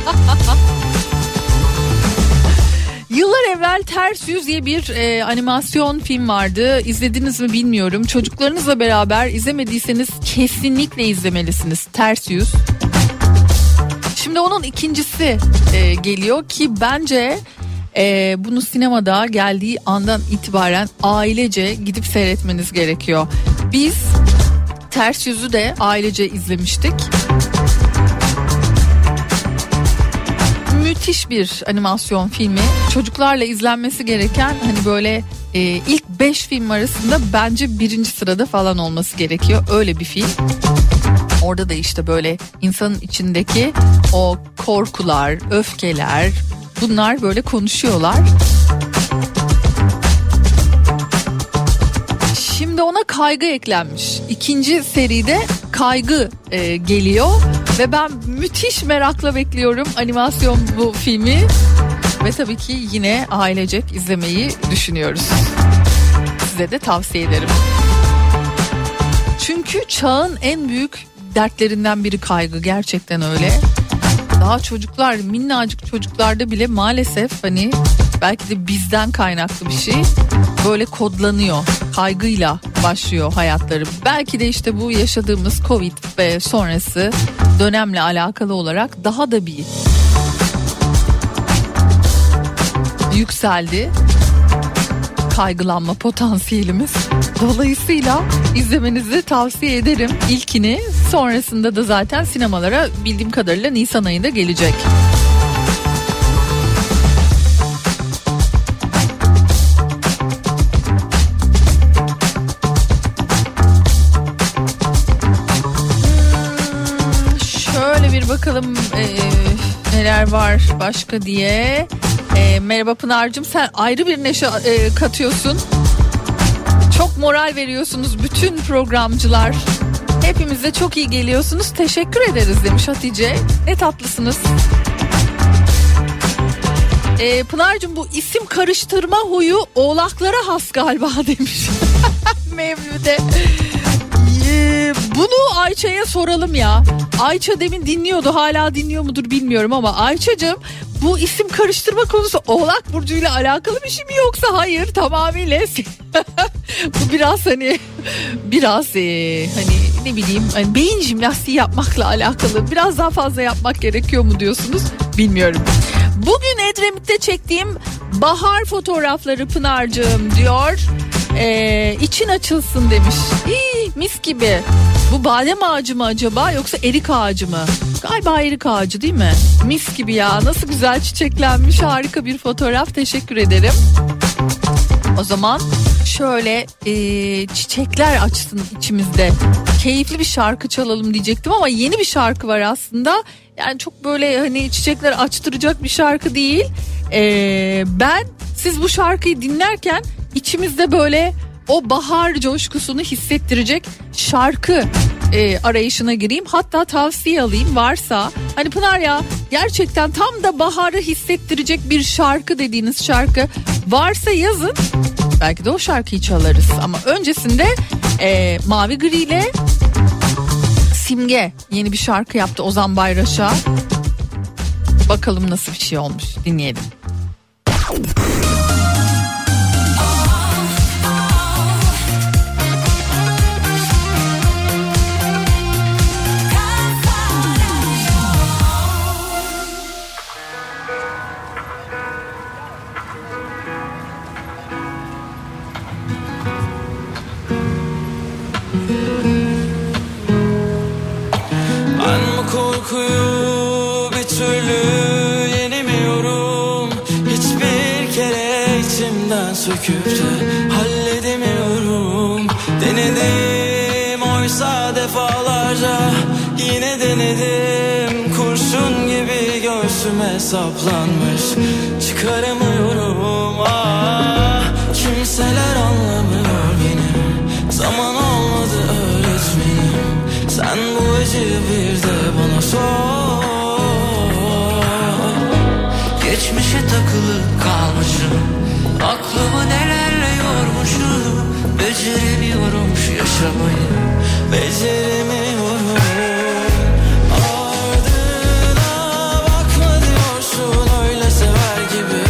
Yıllar evvel Ters Yüz diye bir animasyon film vardı. İzlediniz mi bilmiyorum. Çocuklarınızla beraber izlemediyseniz kesinlikle izlemelisiniz. Ters Yüz. Şimdi onun ikincisi geliyor ki bence bunu sinemada geldiği andan itibaren ailece gidip seyretmeniz gerekiyor. Biz Ters Yüz'ü de ailece izlemiştik. Müthiş bir animasyon filmi. Çocuklarla izlenmesi gereken, hani böyle ilk 5 film arasında bence 1. sırada falan olması gerekiyor. Öyle bir film. Orada da işte böyle insanın içindeki o korkular, öfkeler, bunlar böyle konuşuyorlar. Şimdi ona kaygı eklenmiş. 2. seride kaygı geliyor ve ben müthiş merakla bekliyorum animasyon bu filmi. Ve tabii ki yine ailecek izlemeyi düşünüyoruz. Size de tavsiye ederim. Çünkü çağın en büyük dertlerinden biri kaygı, gerçekten öyle. Daha çocuklar, minnacık çocuklarda bile maalesef hani belki de bizden kaynaklı bir şey böyle kodlanıyor. Kaygıyla başlıyor hayatları. Belki de işte bu yaşadığımız Covid ve sonrası dönemle alakalı olarak daha da bir yükseldi kaygılanma potansiyelimiz. Dolayısıyla izlemenizi tavsiye ederim ilkini. Sonrasında da zaten sinemalara bildiğim kadarıyla Nisan ayında gelecek. Şöyle bir bakalım neler var başka diye. Merhaba Pınar'cığım, sen ayrı bir neşe katıyorsun. Çok moral veriyorsunuz bütün programcılar. Hepimize çok iyi geliyorsunuz. Teşekkür ederiz demiş Hatice. Ne tatlısınız. Pınar'cığım, bu isim karıştırma huyu oğlaklara has galiba demiş. Mevlüde. Bunu Ayça'ya soralım ya. Ayça demin dinliyordu, hala dinliyor mudur bilmiyorum ama Ayça'cığım, bu isim karıştırma konusu Oğlak Burcu'yla alakalı bir şey mi yoksa hayır tamamıyla bu biraz hani ne bileyim hani beyin jimnastiği yapmakla alakalı, biraz daha fazla yapmak gerekiyor mu diyorsunuz bilmiyorum. Bugün Edremit'te çektiğim bahar fotoğrafları Pınar'cığım diyor. İçin açılsın demiş. Mis gibi. Bu badem ağacı mı acaba yoksa erik ağacı mı? Galiba erik ağacı değil mi? Mis gibi ya, nasıl güzel çiçeklenmiş, harika bir fotoğraf, teşekkür ederim. O zaman şöyle çiçekler açsın içimizde. Keyifli bir şarkı çalalım diyecektim ama yeni bir şarkı var aslında. Yani çok böyle hani çiçekler açtıracak bir şarkı değil. Ben siz bu şarkıyı dinlerken içimizde böyle o bahar coşkusunu hissettirecek şarkı arayışına gireyim. Hatta tavsiye alayım varsa. Hani Pınar ya, gerçekten tam da baharı hissettirecek bir şarkı dediğiniz şarkı varsa yazın. Belki de o şarkıyı çalarız. Ama öncesinde Mavi Gri ile Simge yeni bir şarkı yaptı Ozan Bayraş'a. Bakalım nasıl bir şey olmuş, dinleyelim. Korkuyu bir türlü yenemiyorum. Hiçbir kere içimden söküp de halledemiyorum. Denedim oysa defalarca, göğsüme saplanmış. Çıkaramıyorum ah, kimseler anlamıyor beni. Zaman olmadı öğretmenim, sen bu acıyı bir de bana sor. Geçmişe takılı kalmışım, aklımı nelerle yormuşum. Beceremiyorum şu yaşamayı, beceremiyorum. Ardına bakma diyorsun öyle sever gibi.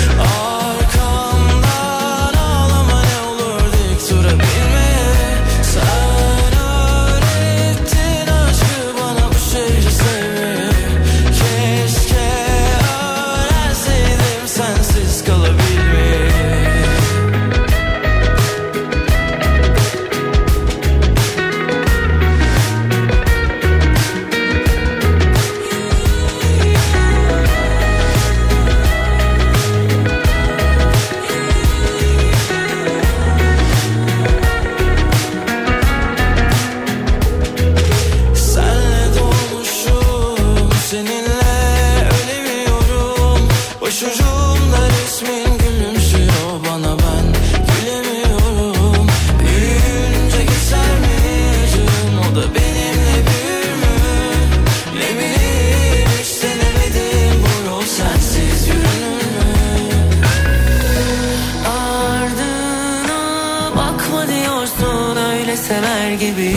Arkamdan ağlama ne olur dik durabilmeye. Sen öğrettin aşkı bana bu şehri sevmeyi. Keşke öğrenseydim sensiz kalabilmeyi. Senle dolmuşum, seninle ölemiyorum. Başucumda resmin gülümsüyor bana, ben gülemiyorum. Büyüyünce geçer mi acın, o da benimle büyür mü? Ne bileyim hiç denemedim, bu yol sensiz yürünür mü? Ardına bakma diyorsun öyle sever gibi.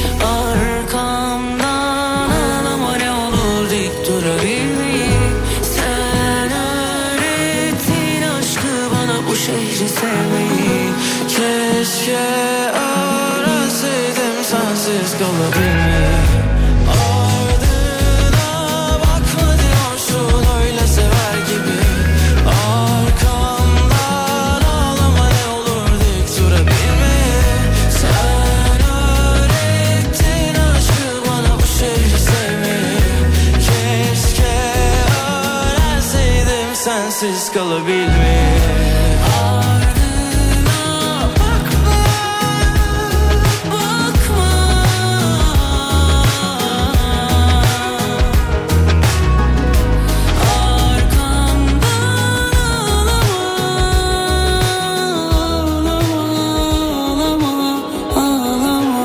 Arkamdan ağlama ne olur dik durabilmeyi. Sen öğrettin aşkı bana bu şehri sevmeyi. Keşke öğrenseydim sensiz kalabilmeyi. Ardına bakma diyorsun öyle sever gibi. Arkamdan ağlama ne olur dik durabilmeyi. Sen öğrettin aşkı bana bu şehri sevmeyi. Keşke öğrenseydim sensiz kalabilmeyi. Ardına bakma, bakma. Arkamdan ağlama, ağlama.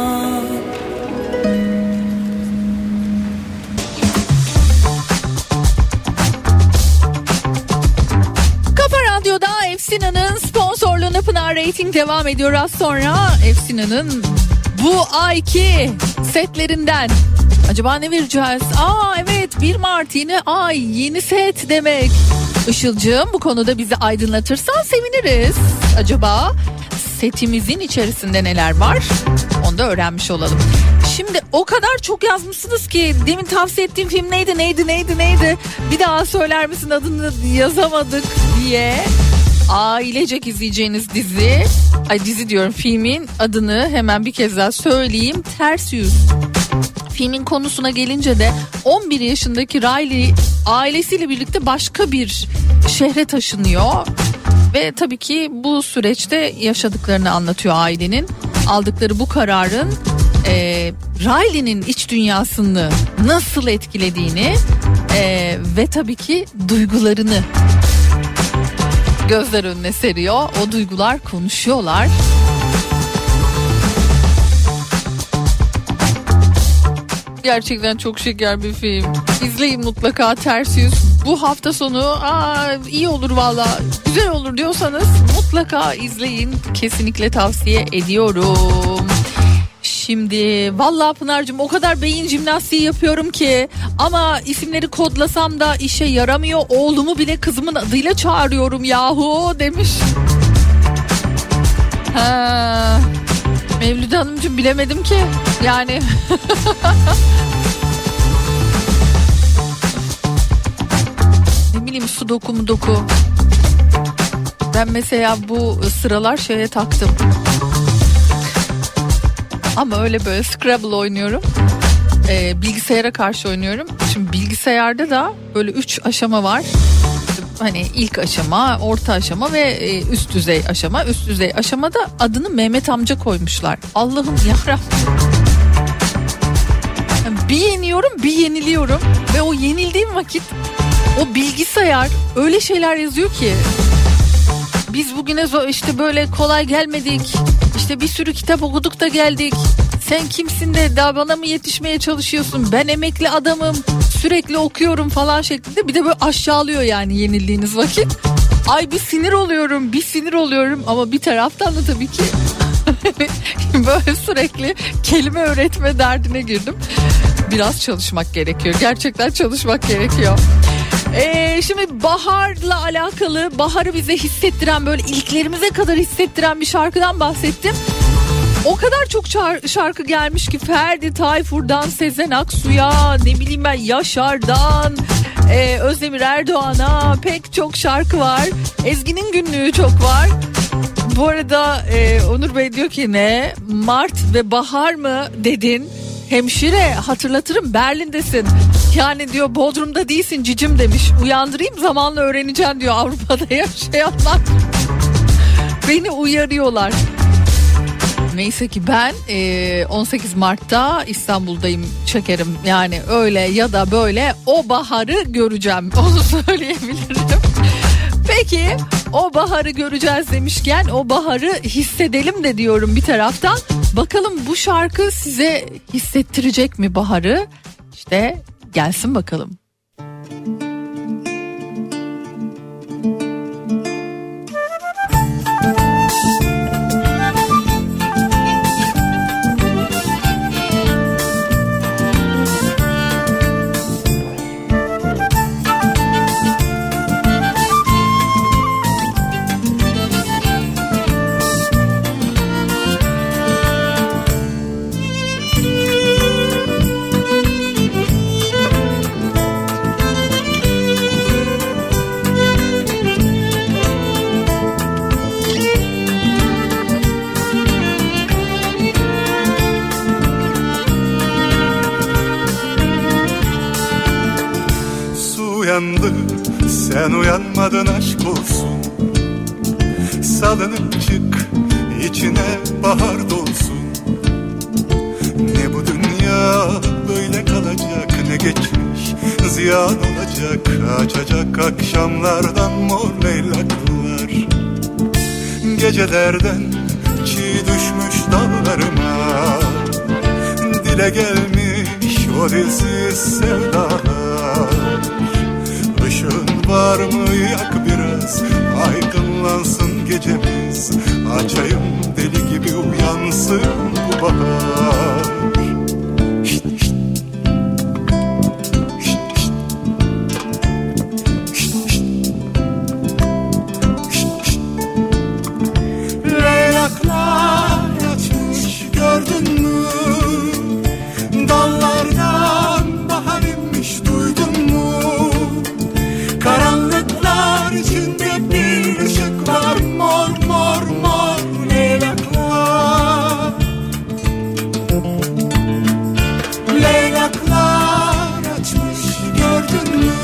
Kafa Radyo'da Efsina'nın sponsorluğunda Pınar Rating devam ediyor. Az sonra Efsina'nın bu ayki setlerinden acaba ne vereceğiz? Evet, 1 Mart yeni ay, yeni set demek. Işılcığım bu konuda bizi aydınlatırsan seviniriz. Acaba setimizin içerisinde neler var? Onu da öğrenmiş olalım. Şimdi o kadar çok yazmışsınız ki, demin tavsiye ettiğim film neydi? Bir daha söyler misin, adını yazamadık diye. Ailecek izleyeceğiniz dizi, dizi diyorum, filmin adını hemen bir kez daha söyleyeyim. Ters Yüz. Filmin konusuna gelince de 11 yaşındaki Riley ailesiyle birlikte başka bir şehre taşınıyor. Ve tabii ki bu süreçte yaşadıklarını anlatıyor ailenin. Aldıkları bu kararın Riley'nin iç dünyasını nasıl etkilediğini ve tabii ki duygularını gözler önüne seriyor. O duygular konuşuyorlar. Gerçekten çok şeker bir film. İzleyin mutlaka Ters Yüz. Bu hafta sonu iyi olur valla, güzel olur diyorsanız mutlaka izleyin. Kesinlikle tavsiye ediyorum. Şimdi vallahi Pınar'cığım o kadar beyin jimnastiği yapıyorum ki, ama isimleri kodlasam da işe yaramıyor. Oğlumu bile kızımın adıyla çağırıyorum yahu demiş. Mevlüde Hanımcığım bilemedim ki yani. Ne bileyim, sudoku mu doku. Ben mesela bu sıralar şeye taktım. Ama öyle böyle Scrabble oynuyorum. Bilgisayara karşı oynuyorum. Şimdi bilgisayarda da böyle 3 aşama var. Hani ilk aşama, orta aşama ve üst düzey aşama. Üst düzey aşamada adını Mehmet amca koymuşlar. Allah'ım yarabbim. Bir yeniyorum, bir yeniliyorum ve o yenildiğim vakit o bilgisayar öyle şeyler yazıyor ki biz bugüne işte böyle kolay gelmedik. İşte bir sürü kitap okuduk da geldik. Sen kimsin de daha bana mı yetişmeye çalışıyorsun? Ben emekli adamım. Sürekli okuyorum falan şeklinde. Bir de böyle aşağılıyor yani yenildiğiniz vakit. Ay bir sinir oluyorum ama bir taraftan da tabii ki böyle sürekli kelime öğretme derdine girdim. Biraz çalışmak gerekiyor. Gerçekten çalışmak gerekiyor. Şimdi baharla alakalı, baharı bize hissettiren, böyle iliklerimize kadar hissettiren bir şarkıdan bahsettim. O kadar çok şarkı gelmiş ki Ferdi Tayfur'dan Sezen Aksu'ya, ne bileyim ben Yaşar'dan Özdemir Erdoğan'a pek çok şarkı var. Ezgi'nin günlüğü çok var. Bu arada Onur Bey diyor ki ne? Mart ve bahar mı dedin? Hemşire hatırlatırım Berlin'desin. Yani diyor Bodrum'da değilsin cicim demiş. Uyandırayım zamanla öğreneceksin diyor Avrupa'da yaşayanlar. Beni uyarıyorlar. Neyse ki ben 18 Mart'ta İstanbul'dayım, çekerim. Yani öyle ya da böyle o baharı göreceğim. Onu söyleyebilirim. Peki o baharı göreceğiz demişken o baharı hissedelim de diyorum bir taraftan. Bakalım bu şarkı size hissettirecek mi baharı? İşte gelsin bakalım. Sen uyanmadın aşk olsun. Salınıp çık içine bahar dolsun. Ne bu dünya böyle kalacak, ne geçmiş ziyan olacak. Açacak akşamlardan mor leylaklar. Gecelerden çiğ düşmüş dallarıma dile gelmiş o dilsiz sevdalar. Işığın var mı yak biraz, aydınlansın gecemiz. Açayım deli gibi uyansın bu bahar. Şşt, şşt. Şşt, şşt. Şşt, şşt. Leylaklar açmış gördün mü? Dallardan bahar inmiş duydun mu? Karanlıklar içinde bir ışık var, mor mor mor leylaklar. Leylaklar açmış gördün mü?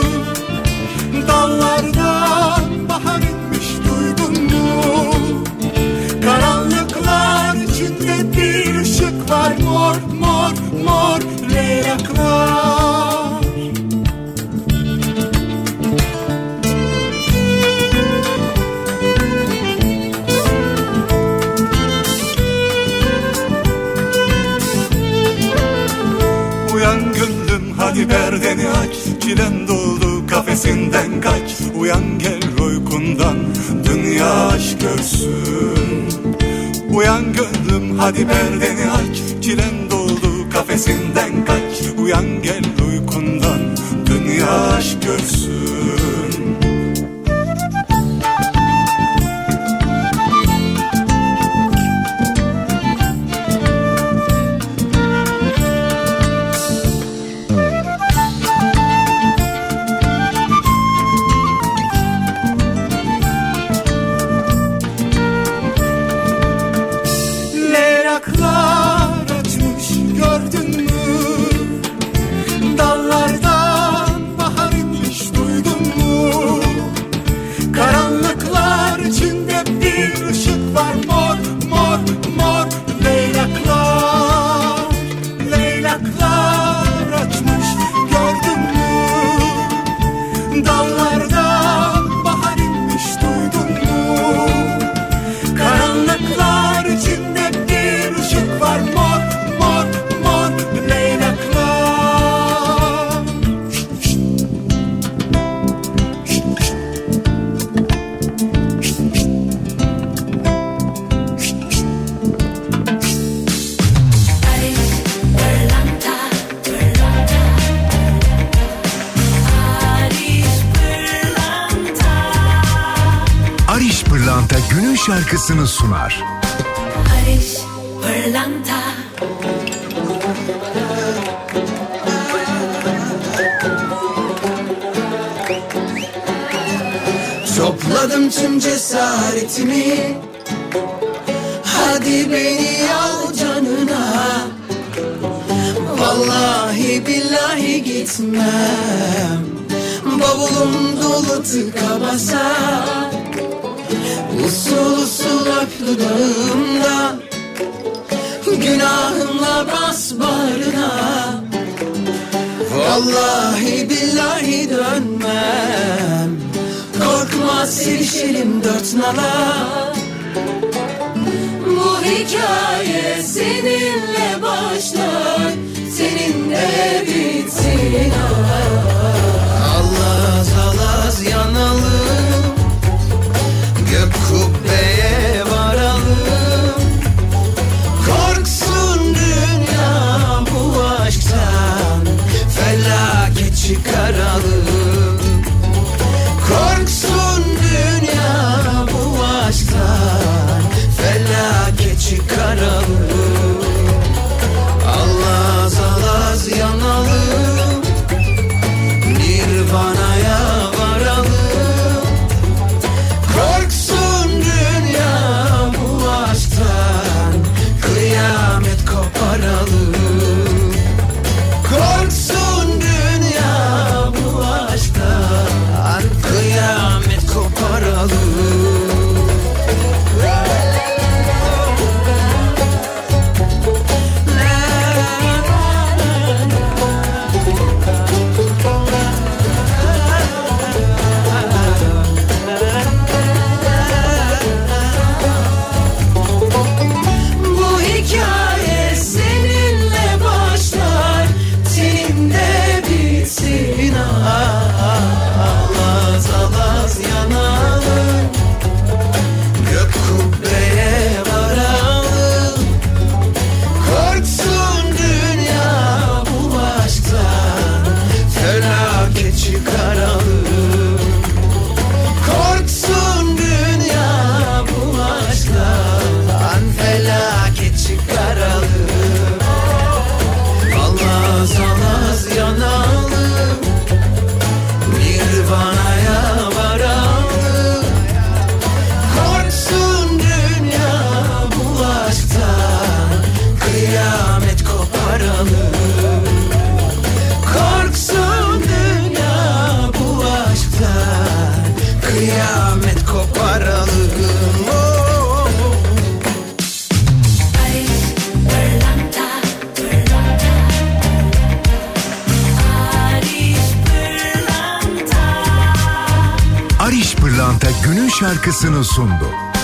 Dallardan bahar inmiş duydun mu? Karanlıklar içinde bir ışık var, mor mor mor leylaklar. Uyan gönlüm hadi perdeni aç, çilen doldu kafesinden kaç. Uyan gel uykundan dünya aşk görsün. Uyan gönlüm hadi perdeni aç, çilen doldu kafesinden kaç. Uyan gel uykundan dünya aşk görsün. Gördün mü? Dallardan bahar inmiş günün şarkısını sunar. Barış Pırlanta. Topladım tüm cesaretimi, hadi beni al canına. Vallahi billahi gitmem, bavulum dolu tıka basa. Usul usul öp dudağımdan, günahımla bas bağrına. Vallahi billahi dönmem, korkma sevişelim dört nala. Bu hikaye seninle başlar, seninle bitsin. Allaz allaz yanalım, gök kubbeye varalım. Korksun dünya bu aşktan, felaket çıkaralım. Korksun dünya bu aşktan, felaket çıkaralım. Allaz allaz yanalım, Nirvana'ya varalım. Korksun dünya bu aşktan, kıyamet koparalım. Korksun dünya bu aşktan, kıyamet koparalım. Bu hikaye seninle başlar, seninle bitsin. Allaz allaz yanalım, gök kubbeye varalım. Korksun dünya bu aşktan, felaket çıkaralım. Korksun dünya bu aşktan, felaket çıkaralım. Allaz allaz yanalım, Nirvana'ya varalım. Korksun dünya bu aşktan, kıyamet koparalım. Korksun dünya bu aşktan, kıyamet koparalım. Barış Pırlanta. Barış Pırlanta. Ariş Pırlanta günün şarkısını sundu.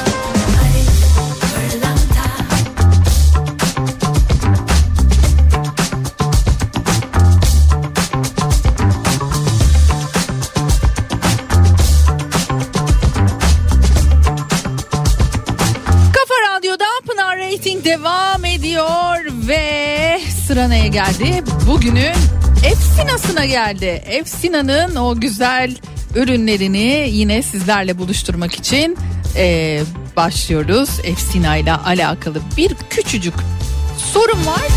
Kafa Radyo'da Pınar Rating devam ediyor ve sıra neye geldi? Bugünün Efsina'sına geldi. Efsina'nın o güzel ürünlerini yine sizlerle buluşturmak için başlıyoruz. Efsina ile alakalı bir küçücük sorum var.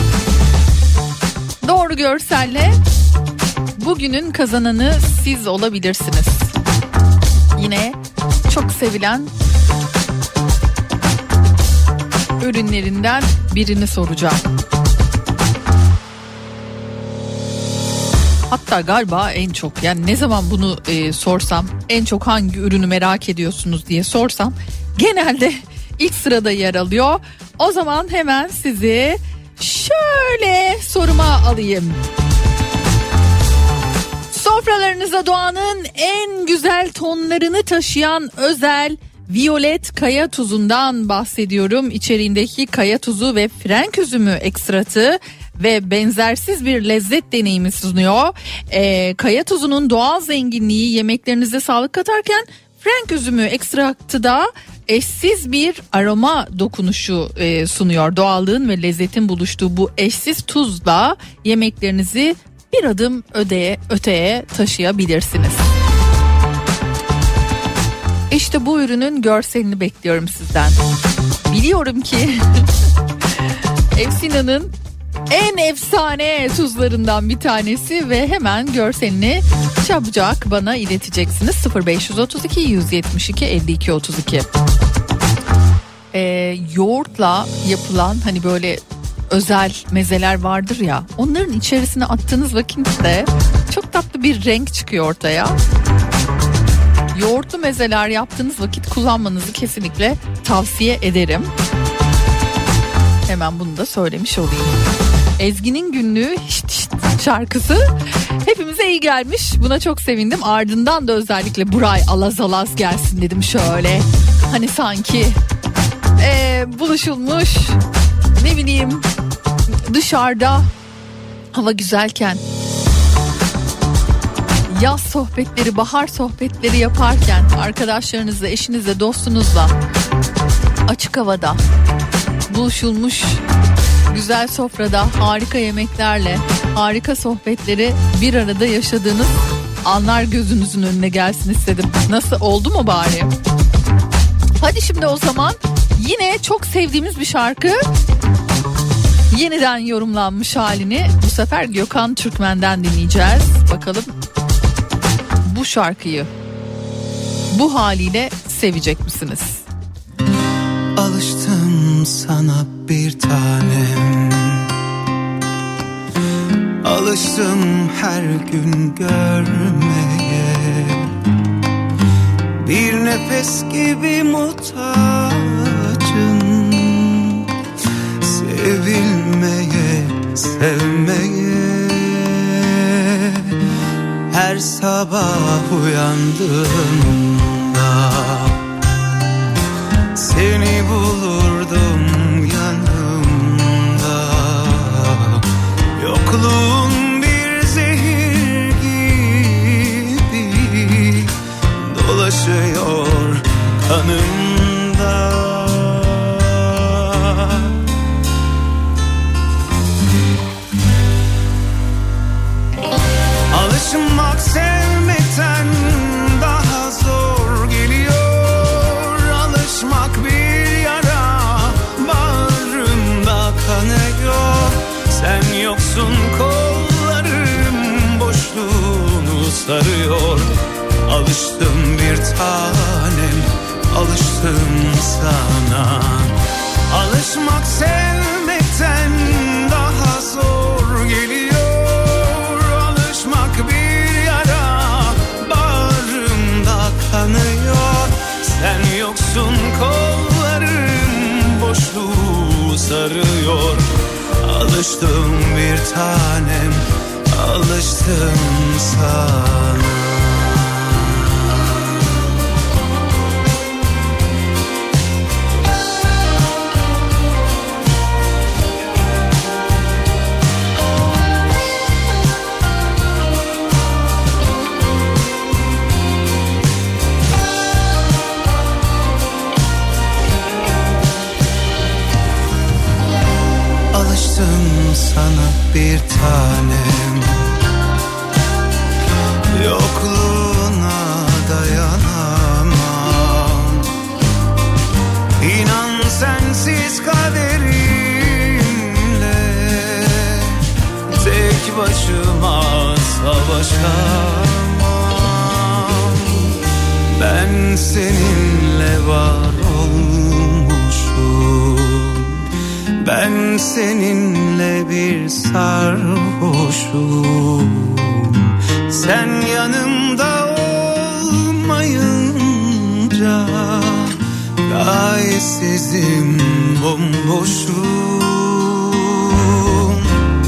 Doğru görselle bugünün kazananı siz olabilirsiniz. Yine çok sevilen ürünlerinden birini soracağım. Hatta galiba en çok, yani ne zaman bunu sorsam, en çok hangi ürünü merak ediyorsunuz diye sorsam genelde ilk sırada yer alıyor. O zaman hemen sizi şöyle soruma alayım. Sofralarınıza doğanın en güzel tonlarını taşıyan özel Violet kaya tuzundan bahsediyorum. İçeriğindeki kaya tuzu ve frenk üzümü ekstratı ve benzersiz bir lezzet deneyimi sunuyor. Kaya tuzunun doğal zenginliği yemeklerinize sağlık katarken frenk üzümü ekstratı da eşsiz bir aroma dokunuşu sunuyor. Doğallığın ve lezzetin buluştuğu bu eşsiz tuzla yemeklerinizi bir adım öteye taşıyabilirsiniz. İşte bu ürünün görselini bekliyorum sizden. Biliyorum ki Efsina'nın en efsane tuzlarından bir tanesi ve hemen görselini çabucak bana ileteceksiniz. 0532 172 52 32. Yoğurtla yapılan hani böyle özel mezeler vardır ya, onların içerisine attığınız vakitte çok tatlı bir renk çıkıyor ortaya. Yoğurtlu mezeler yaptığınız vakit kullanmanızı kesinlikle tavsiye ederim. Hemen bunu da söylemiş olayım. Ezgi'nin günlüğü Hişt Hişt şarkısı hepimize iyi gelmiş. Buna çok sevindim. Ardından da özellikle Buray Alaz Alaz gelsin dedim şöyle. Hani sanki buluşulmuş, ne bileyim, dışarıda hava güzelken, yaz sohbetleri, bahar sohbetleri yaparken arkadaşlarınızla, eşinizle, dostunuzla açık havada buluşulmuş, güzel sofrada harika yemeklerle, harika sohbetleri bir arada yaşadığınız anlar gözünüzün önüne gelsin istedim. Nasıl, oldu mu bari? Hadi şimdi o zaman yine çok sevdiğimiz bir şarkı, yeniden yorumlanmış halini bu sefer Gökhan Türkmen'den dinleyeceğiz. Bakalım bu şarkıyı bu haliyle sevecek misiniz? Alıştım sana bir tanem, alıştım her gün görmeye, bir nefes gibi muhtacım, sevilmeye, sevmeye. Her sabah uyandığımda seni bulurdum yanımda. Yokluğun bir zehir gibi dolaşıyor kanımda. Alışmak sevmekten daha zor geliyor. Alışmak bir yara bağrımda kanıyor. Sen yoksun, kollarım boşluğunu sarıyor. Alıştım bir tanem, alıştım sana. Alışmak sevmekten daha zor geliyor. Bir yara bağrımda kanıyor. Sen yoksun, kollarım boşluğu sarıyor. Alıştım bir tanem, alıştım sana. Alıştım sana bir tanem, yokluğuna dayanamam. İnan sensiz kaderimle tek başıma savaşamam. Ben seninle var olmuşum, ben seninle bir sarhoşum. Sen yanımda olmayınca gayesizim, bomboşum.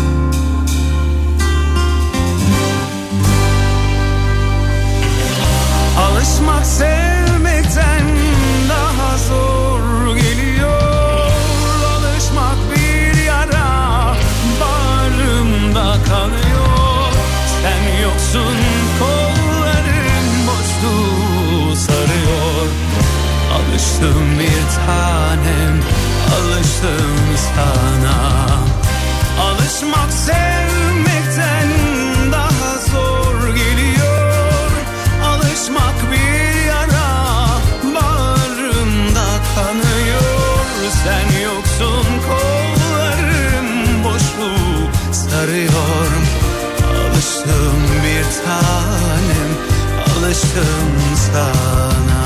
Alışmak sevmekten daha zor geliyor. Alışmak bir yara bağrımda kanıyor. Sen yoksun, kollarım boşluğu sarıyor. Alıştım bir tanem, alıştım sana. Alışmak sevmekten daha zor geliyor. Alışmak bir yara aşığım sana.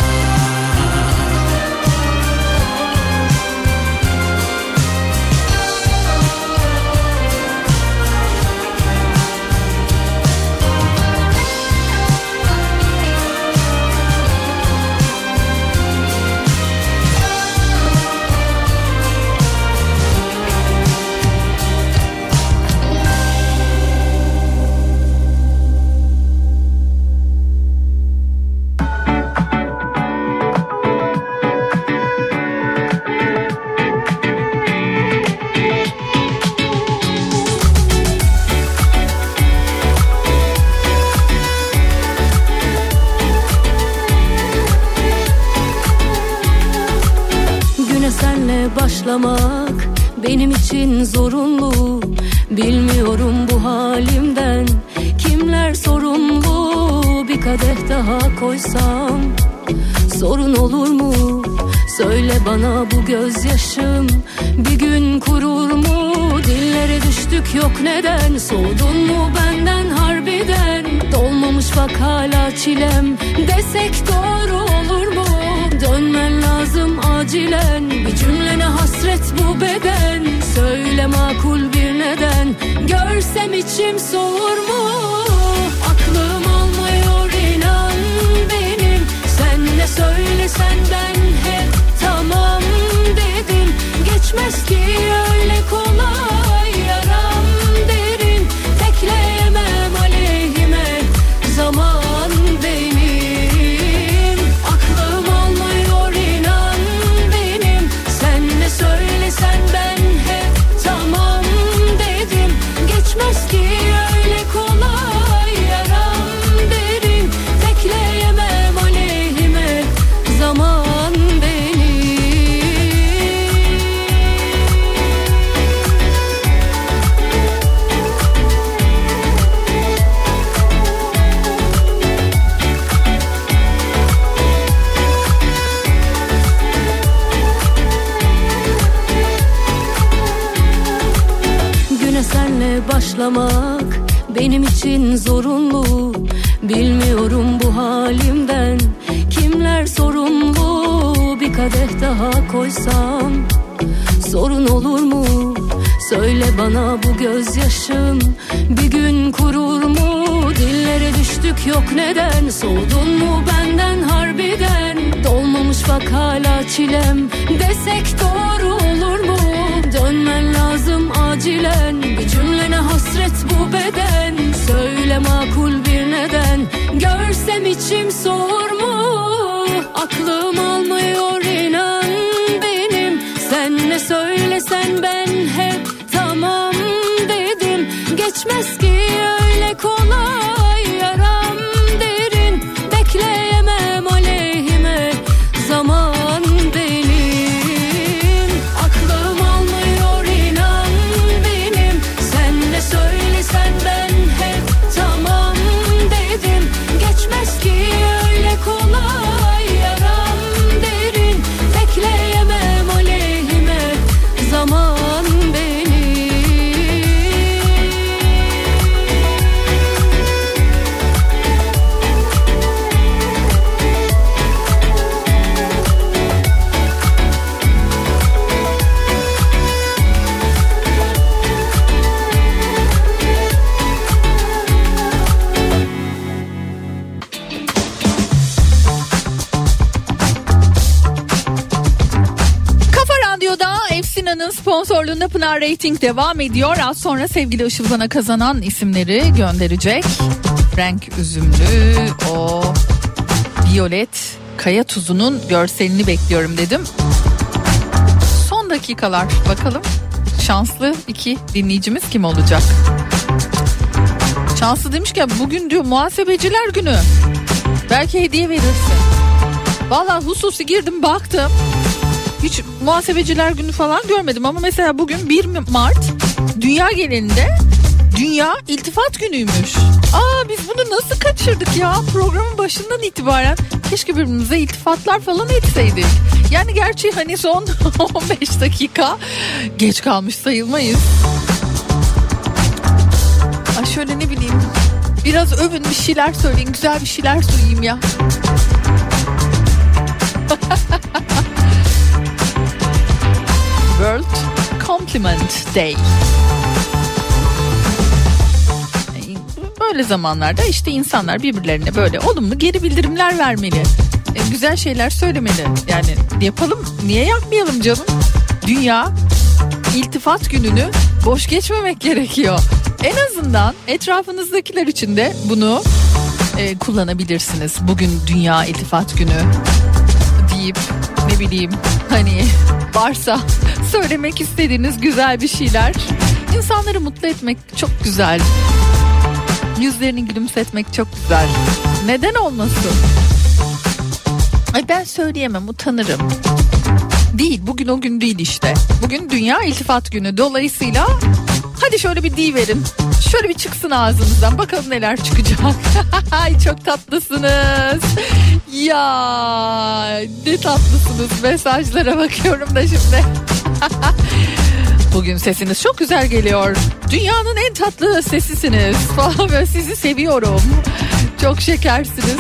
Başlamak benim için zorunlu. Bilmiyorum bu halimden kimler sorumlu. Bir kadeh daha koysam sorun olur mu? Söyle bana bu gözyaşım bir gün kurur mu? Dillere düştük yok neden? Soğudun mu benden harbiden? Dolmamış bak hala çilem desek doğru olur mu? Dönmen lazım acilen, bir cümlene hasret bu beden. Söyle makul bir neden, görsem içim soğur mu? Aklım almıyor inan benim. Sen ne söylesen ben hep tamam dedim. Geçmez ki öyle kolay yaram derin. Bekleyemem aleyhime zaman benim. Aklım almıyor inan benim. Sen ne söylesen ben hep tamam dedim. Geçmez ki öyle kolay yaram derin. Bekleyemem aleyhime zaman benim. Güne senle başlamak benim için zorunlu. Bilmiyorum bu halimden kimler sorumlu. Bir kadeh daha koysam sorun olur mu? Söyle bana bu gözyaşım bir gün kurur mu? Dillere düştük yok neden? Soğudun mu benden harbiden? Dolmamış bak hala çilem desek doğru olur mu? Dönmen lazım acilen, bir cümlene hasret bu beden. Söyle makul bir neden, görsem içim soğur mu? Aklım almıyor inan benim. Sen ne söylesen ben hep tamam dedim. Geçmez ki öyle kolay yaram derin. Bekleyemem aleyhime zaman benim. Aklım almıyor inan benim. Sen ne söylesen ben hep tamam dedim. Geçmez ki öyle kolay yaram derin. Bekleyemem aleyhime zaman benim. Kafa Radyo'da Efsina'nın sponsorluğunda Pınar Rating devam ediyor. Az sonra sevgili Işıldan'a kazanan isimleri gönderecek. Renk üzümlü o violet kaya tuzunun görselini bekliyorum dedim. Son dakikalar, bakalım şanslı 2 dinleyicimiz kim olacak? Şanslı demişken bugün diyor muhasebeciler günü. Belki hediye verirsin. Vallahi hususi girdim baktım. Hiç muhasebeciler günü falan görmedim ama mesela bugün 1 Mart dünya genelinde Dünya İltifat Günü'ymüş. Biz bunu nasıl kaçırdık ya? Programın başından itibaren keşke birbirimize iltifatlar falan etseydik. Yani gerçi hani son 15 dakika geç kalmış sayılmayız. Şöyle ne bileyim Biraz övün, bir şeyler söyleyin, güzel bir şeyler söyleyeyim ya. World Compliment Day. Böyle zamanlarda işte insanlar birbirlerine böyle olumlu geri bildirimler vermeli. Güzel şeyler söylemeli. Yani yapalım, niye yapmayalım canım? Dünya İltifat Günü'nü boş geçmemek gerekiyor. En azından etrafınızdakiler için de bunu kullanabilirsiniz. Bugün Dünya İltifat Günü deyip ne bileyim hani varsa söylemek istediğiniz güzel bir şeyler. İnsanları mutlu etmek çok güzel. Yüzlerini gülümsetmek çok güzel. Neden olmasın? Ay ben söyleyemem, utanırım. Değil, bugün o gün değil işte. Bugün Dünya İltifat Günü. Dolayısıyla hadi şöyle bir deyiverin. Şöyle bir çıksın ağzınızdan. Bakalım neler çıkacak. Ay çok tatlısınız. Ya ne tatlısınız. Mesajlara bakıyorum da şimdi. Bugün sesiniz çok güzel geliyor. Dünyanın en tatlı sesisiniz falan ve sizi seviyorum. Çok şekersiniz.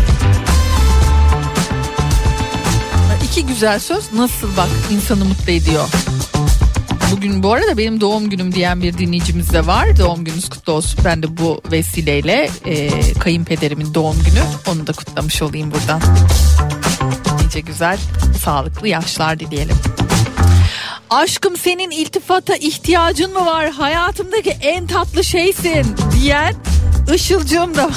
İki güzel söz nasıl bak insanı mutlu ediyor. Bugün bu arada benim doğum günüm diyen bir dinleyicimiz de var. Doğum gününüz kutlu olsun. Ben de bu vesileyle kayınpederimin doğum günü, onu da kutlamış olayım buradan. Nice güzel sağlıklı yaşlar dileyelim. Aşkım senin iltifata ihtiyacın mı var? Hayatımdaki en tatlı şeysin diyen Işılcığım da var.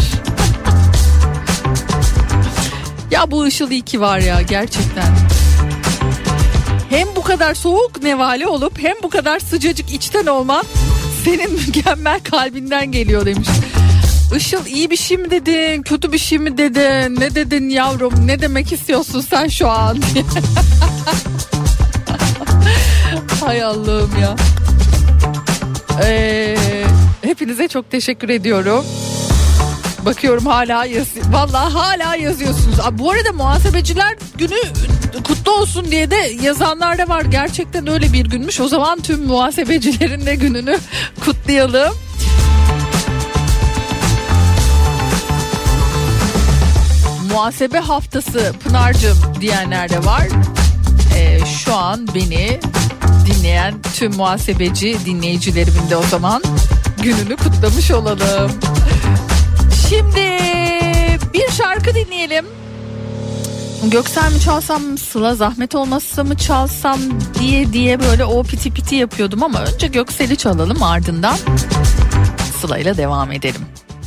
Ya bu Işıl iyi ki var ya gerçekten. Hem bu kadar soğuk nevale olup hem bu kadar sıcacık içten olman senin mükemmel kalbinden geliyor demiş. Işıl iyi bir şey mi dedin? Kötü bir şey mi dedin? Ne dedin yavrum? Ne demek istiyorsun sen şu an? Hay Allah'ım ya. Hepinize çok teşekkür ediyorum. Bakıyorum hala vallahi hala yazıyorsunuz. Bu arada muhasebeciler günü kutlu olsun diye de yazanlar da var. Gerçekten öyle bir günmüş. O zaman tüm muhasebecilerin de gününü kutlayalım. Muhasebe haftası Pınar'cığım diyenler de var. Şu an beni dinleyen tüm muhasebeci dinleyicilerimin de o zaman gününü kutlamış olalım. Şimdi bir şarkı dinleyelim. Göksel mi çalsam, Sıla zahmet olmazsa mı çalsam diye böyle o piti piti yapıyordum ama önce Göksel'i çalalım, ardından Sıla'yla devam edelim.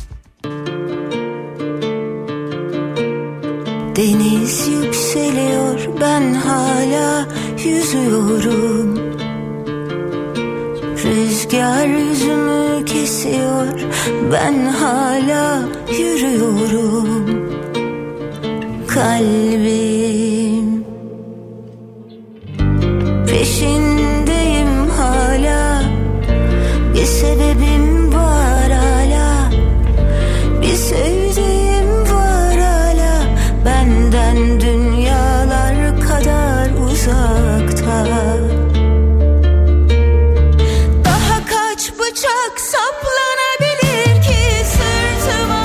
Deniz yükseliyor, ben hala yüzüyorum. Rüzgar yüzümü kesiyor, ben hala yürüyorum. Kalbim peşindeyim hala, bir sebebim var hala, bir sevdiğim var hala, benden dünyalar kadar uzakta. Daha kaç bıçak saplanabilir ki sırtıma?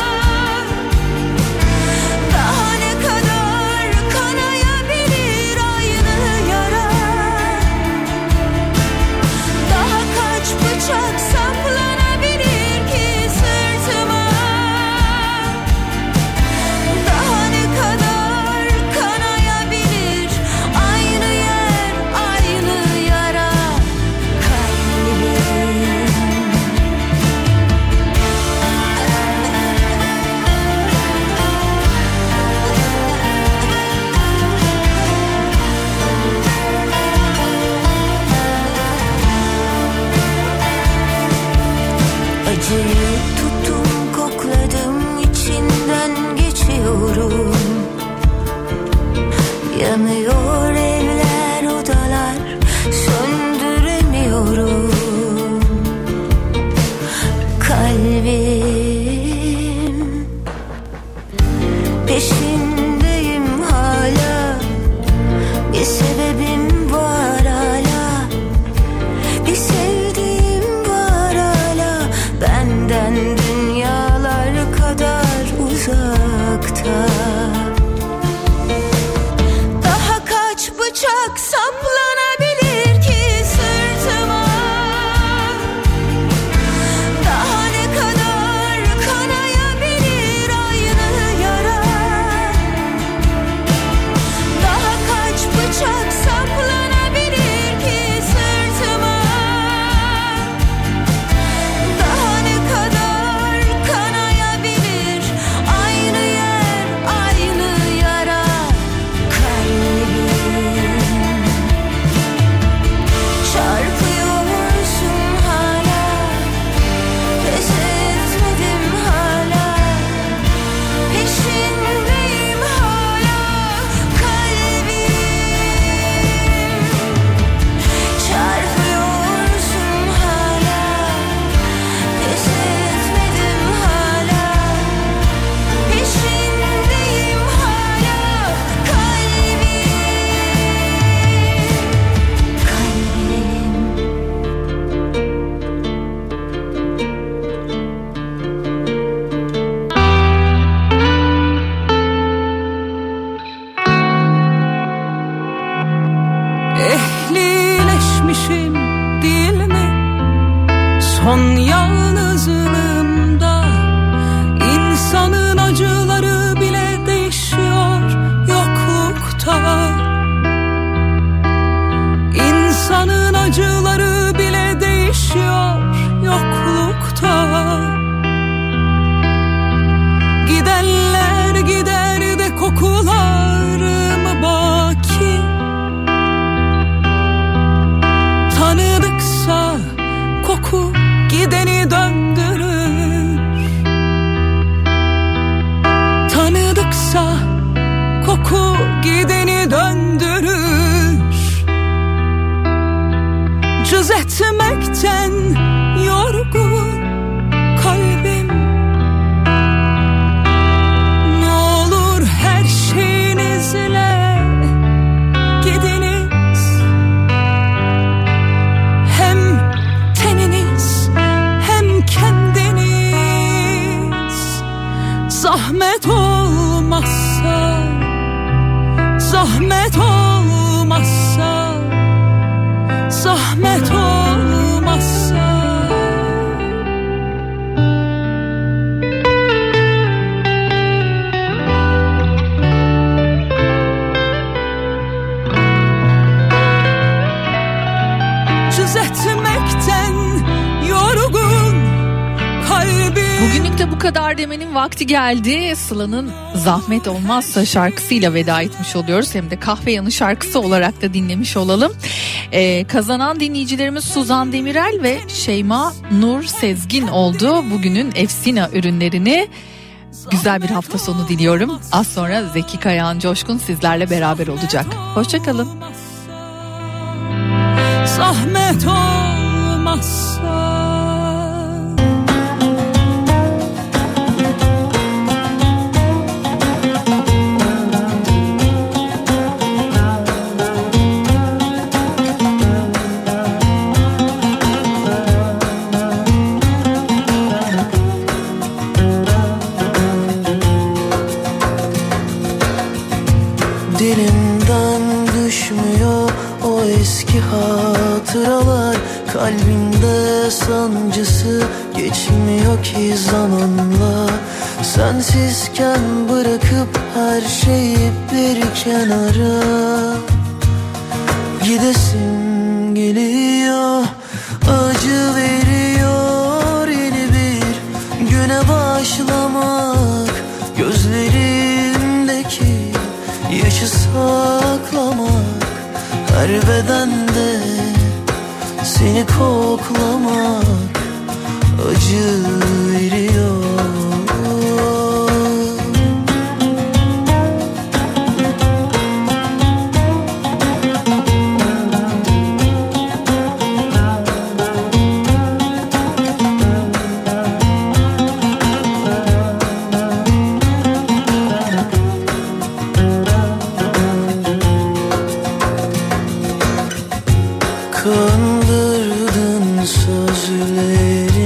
Daha ne kadar kanayabilir aynı yara? Daha kaç bıçak saplanabilir ki sırtıma? Daha ne kadar kanayabilir aynı yer, aynı yara? Kalbim acıyı tuttum, kokladım, içinden geçiyorum. Yanıyor evler, odalar, söndüremiyorum. Kalbim peşindeyim hala, bir sebebim var hala, bir sevdiğim var hala, benden dünya olmazsa koku gideni döndürür. Cız etmekten yorgun kalbim. Ne olur her şeyinizle gidiniz. Hem teniniz hem kendiniz. Zahmet olmazsa, zahmet olmazsa, zahmet olmazsa. Cız etmekten yorgun kalbim. Bugünlük de bu kadar demenin vakti geldi. Sıla'nın Zahmet Olmazsa şarkısıyla veda etmiş oluyoruz. Hem de Kahve Yanı şarkısı olarak da dinlemiş olalım. Kazanan dinleyicilerimiz Suzan Demirel ve Şeyma Nur Sezgin oldu. Bugünün Efsina ürünlerini. Güzel bir hafta sonu diliyorum. Az sonra Zeki Kayağan Coşkun sizlerle beraber olacak. Hoşçakalın. Zahmet olmazsa. Dilimden düşmüyor o eski hatıralar. Kalbimde sancısı geçmiyor ki zamanla. Sensizken bırakıp her şeyi bir kenara gidesim geliyor. Acı veriyor yeni bir güne başlamak. Gözlerimdeki yaşı saklamak, her bedende seni koklamak acı veriyor. Kandırdın sözleri